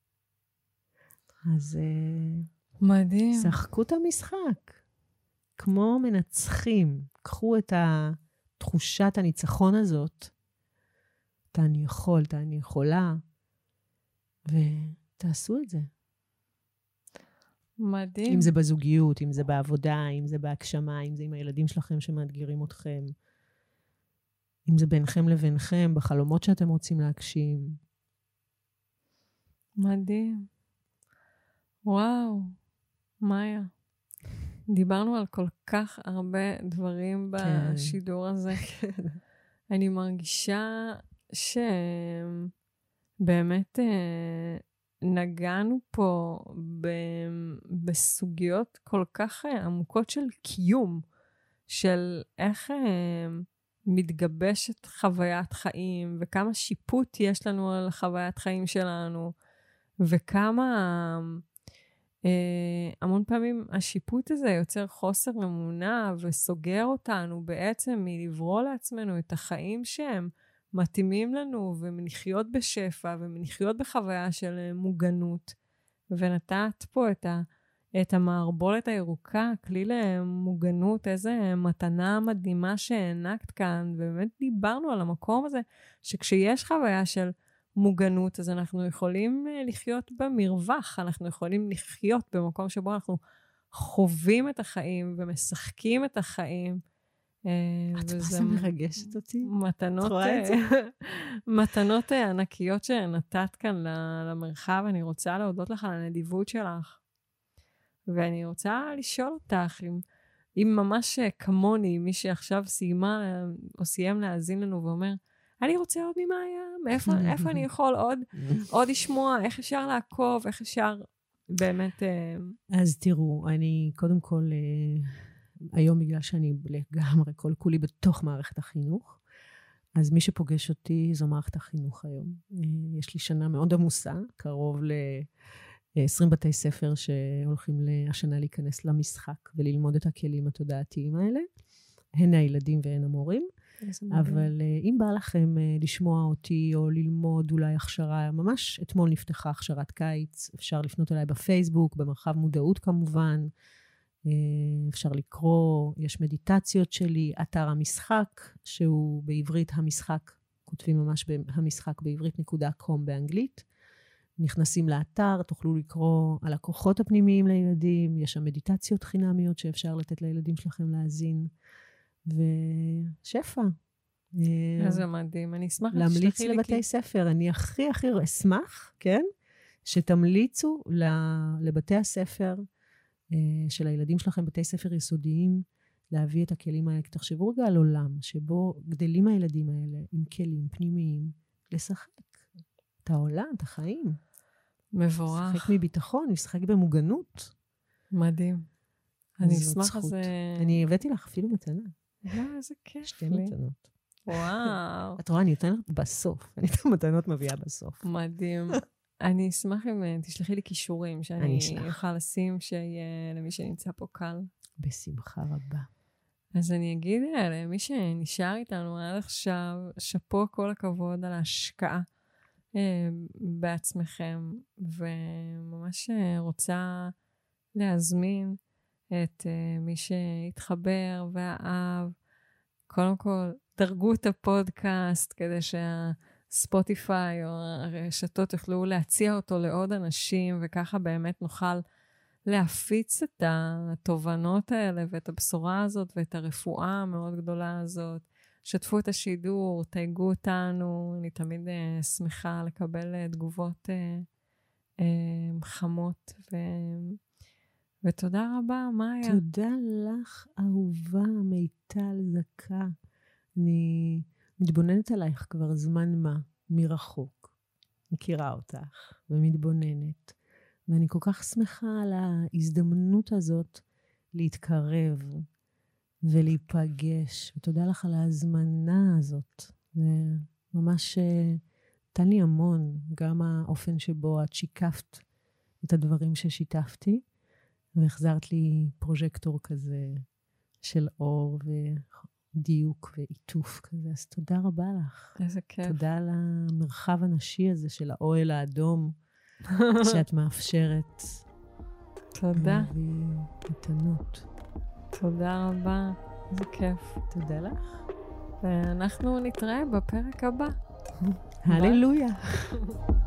אז מדהים. שחקו את המשחק. כמו מנצחים. קחו את תחושת הניצחון הזאת, אתה אני יכול, אתה אני יכולה, ותעשו את זה. מדהים. אם זה בזוגיות, אם זה בעבודה, אם זה בהגשמה, אם זה עם הילדים שלכם שמאתגרים אתכם, אם זה ביניכם לבינכם, בחלומות שאתם רוצים להגשים. מדהים. וואו, מאיה. דיברנו על כל כך הרבה דברים בשידור הזה. אני מרגישה שבאמת נגענו פה בסוגיות כל כך עמוקות של קיום, של איך מתגבשת חוויית חיים, וכמה שיפוט יש לנו על חוויית חיים שלנו, וכמה המון פעמים השיפוט הזה יוצר חוסר אמונה וסוגר אותנו בעצם מלברוא לעצמנו את החיים שהם מתאימים לנו ומנחיות בשפע ומנחיות בחוויה של מוגנות. ונתת פה את, ה, את המערבולת הירוקה, כלי למוגנות, איזה מתנה מדהימה שהענקת כאן. ובאמת דיברנו על המקום הזה שכשיש חוויה של מוגנות, אז אנחנו יכולים לחיות במרווח, אנחנו יכולים לחיות במקום שבו אנחנו חווים את החיים ומשחקים את החיים. את מה זה מרגשת אותי? מתנות, מתנות ענקיות שנתת כאן למרחב. אני רוצה להודות לך על הנדיבות שלך. ואני רוצה לשאול אותך, אם, אם ממש כמוני, מי שעכשיו סיימה או סיים להאזין לנו ואומר, אני רוצה עוד ממאיה, מאיפה, איפה אני יכול עוד, עוד לשמוע, איך אפשר לעקוב, איך אפשר באמת... אז תראו, אני קודם כל, היום בגלל שאני לגמרי כל כולי בתוך מערכת החינוך, אז מי שפוגש אותי זו מערכת החינוך היום. יש לי שנה מאוד עמוסה, קרוב ל-עשרים בתי ספר שהולכים השנה להיכנס למשחק וללמוד את הכלים התודעתיים האלה, הן הילדים והן המורים. אבל אם בא לכם לשמוע אותי או ללמוד אולי הכשרה, ממש אתמול נפתחה הכשרת קיץ, אפשר לפנות אליי בפייסבוק, במרחב מודעות כמובן, אפשר לקרוא, יש מדיטציות שלי, אתר המשחק, שהוא בעברית המשחק, כותבים ממש המשחק בעברית נקודה קום באנגלית, נכנסים לאתר, תוכלו לקרוא על הכוחות הפנימיים לילדים, יש שם מדיטציות חינמיות שאפשר לתת לילדים שלכם להאזין, ושפע. איזה מדהים, אני אשמח להמליץ לבתי ספר, אני הכי הכי אשמח, כן? שתמליצו לבתי הספר של הילדים שלכם, בתי ספר יסודיים, להביא את הכלים האלה. תחשבו רגע על עולם שבו גדלים הילדים האלה עם כלים פנימיים, לשחק את העולם, את החיים. מבורך. לשחק מביטחון, לשחק במוגנות. מדהים. אני אשמח אז... אני הבאתי לך אפילו מתנה. לא, איזה כיף. שתי מתנות. וואו. את רואה, אני נותנת בסוף. אני את המתנות מביאה בסוף. מדהים. אני אשמח אם אה, תשלחי לי כישורים, אני שאני אשלח. אוכל לשים, שיהיה למי שנמצא פה קל. בשמחה רבה. אז אני אגיד אה, למי שנשאר איתנו עד עכשיו, שאפו כל הכבוד על ההשקעה אה, בעצמכם, וממש אה, רוצה להזמין את אה, מי שהתחבר ואהב. קודם כל, דרגו את הפודקאסט כדי שהספוטיפיי או הרשתות יוכלו להציע אותו לעוד אנשים, וככה באמת נוכל להפיץ את התובנות האלה ואת הבשורה הזאת ואת הרפואה המאוד גדולה הזאת. שתפו את השידור, תייגו אותנו, אני תמיד uh, שמחה לקבל uh, תגובות uh, uh, חמות. ו... ותודה רבה, מאיה. תודה לך, אהובה מיטל זקה. אני מתבוננת עלייך כבר זמן מה, מרחוק. מכירה אותך ומתבוננת. ואני כל כך שמחה על ההזדמנות הזאת להתקרב ולהיפגש. ותודה לך על ההזמנה הזאת. זה ממש נתן לי המון, גם האופן שבו את שיקפת את הדברים ששיתפתי, והחזרת לי פרוז'קטור כזה של אור ודיוק ועיטוף כזה. אז תודה רבה לך. איזה כיף. תודה על המרחב הנשי הזה של האוהל האדום, שאת מאפשרת. תודה. מתנות. תודה רבה. איזה כיף. תודה לך. ואנחנו נתראה בפרק הבא. הללויה.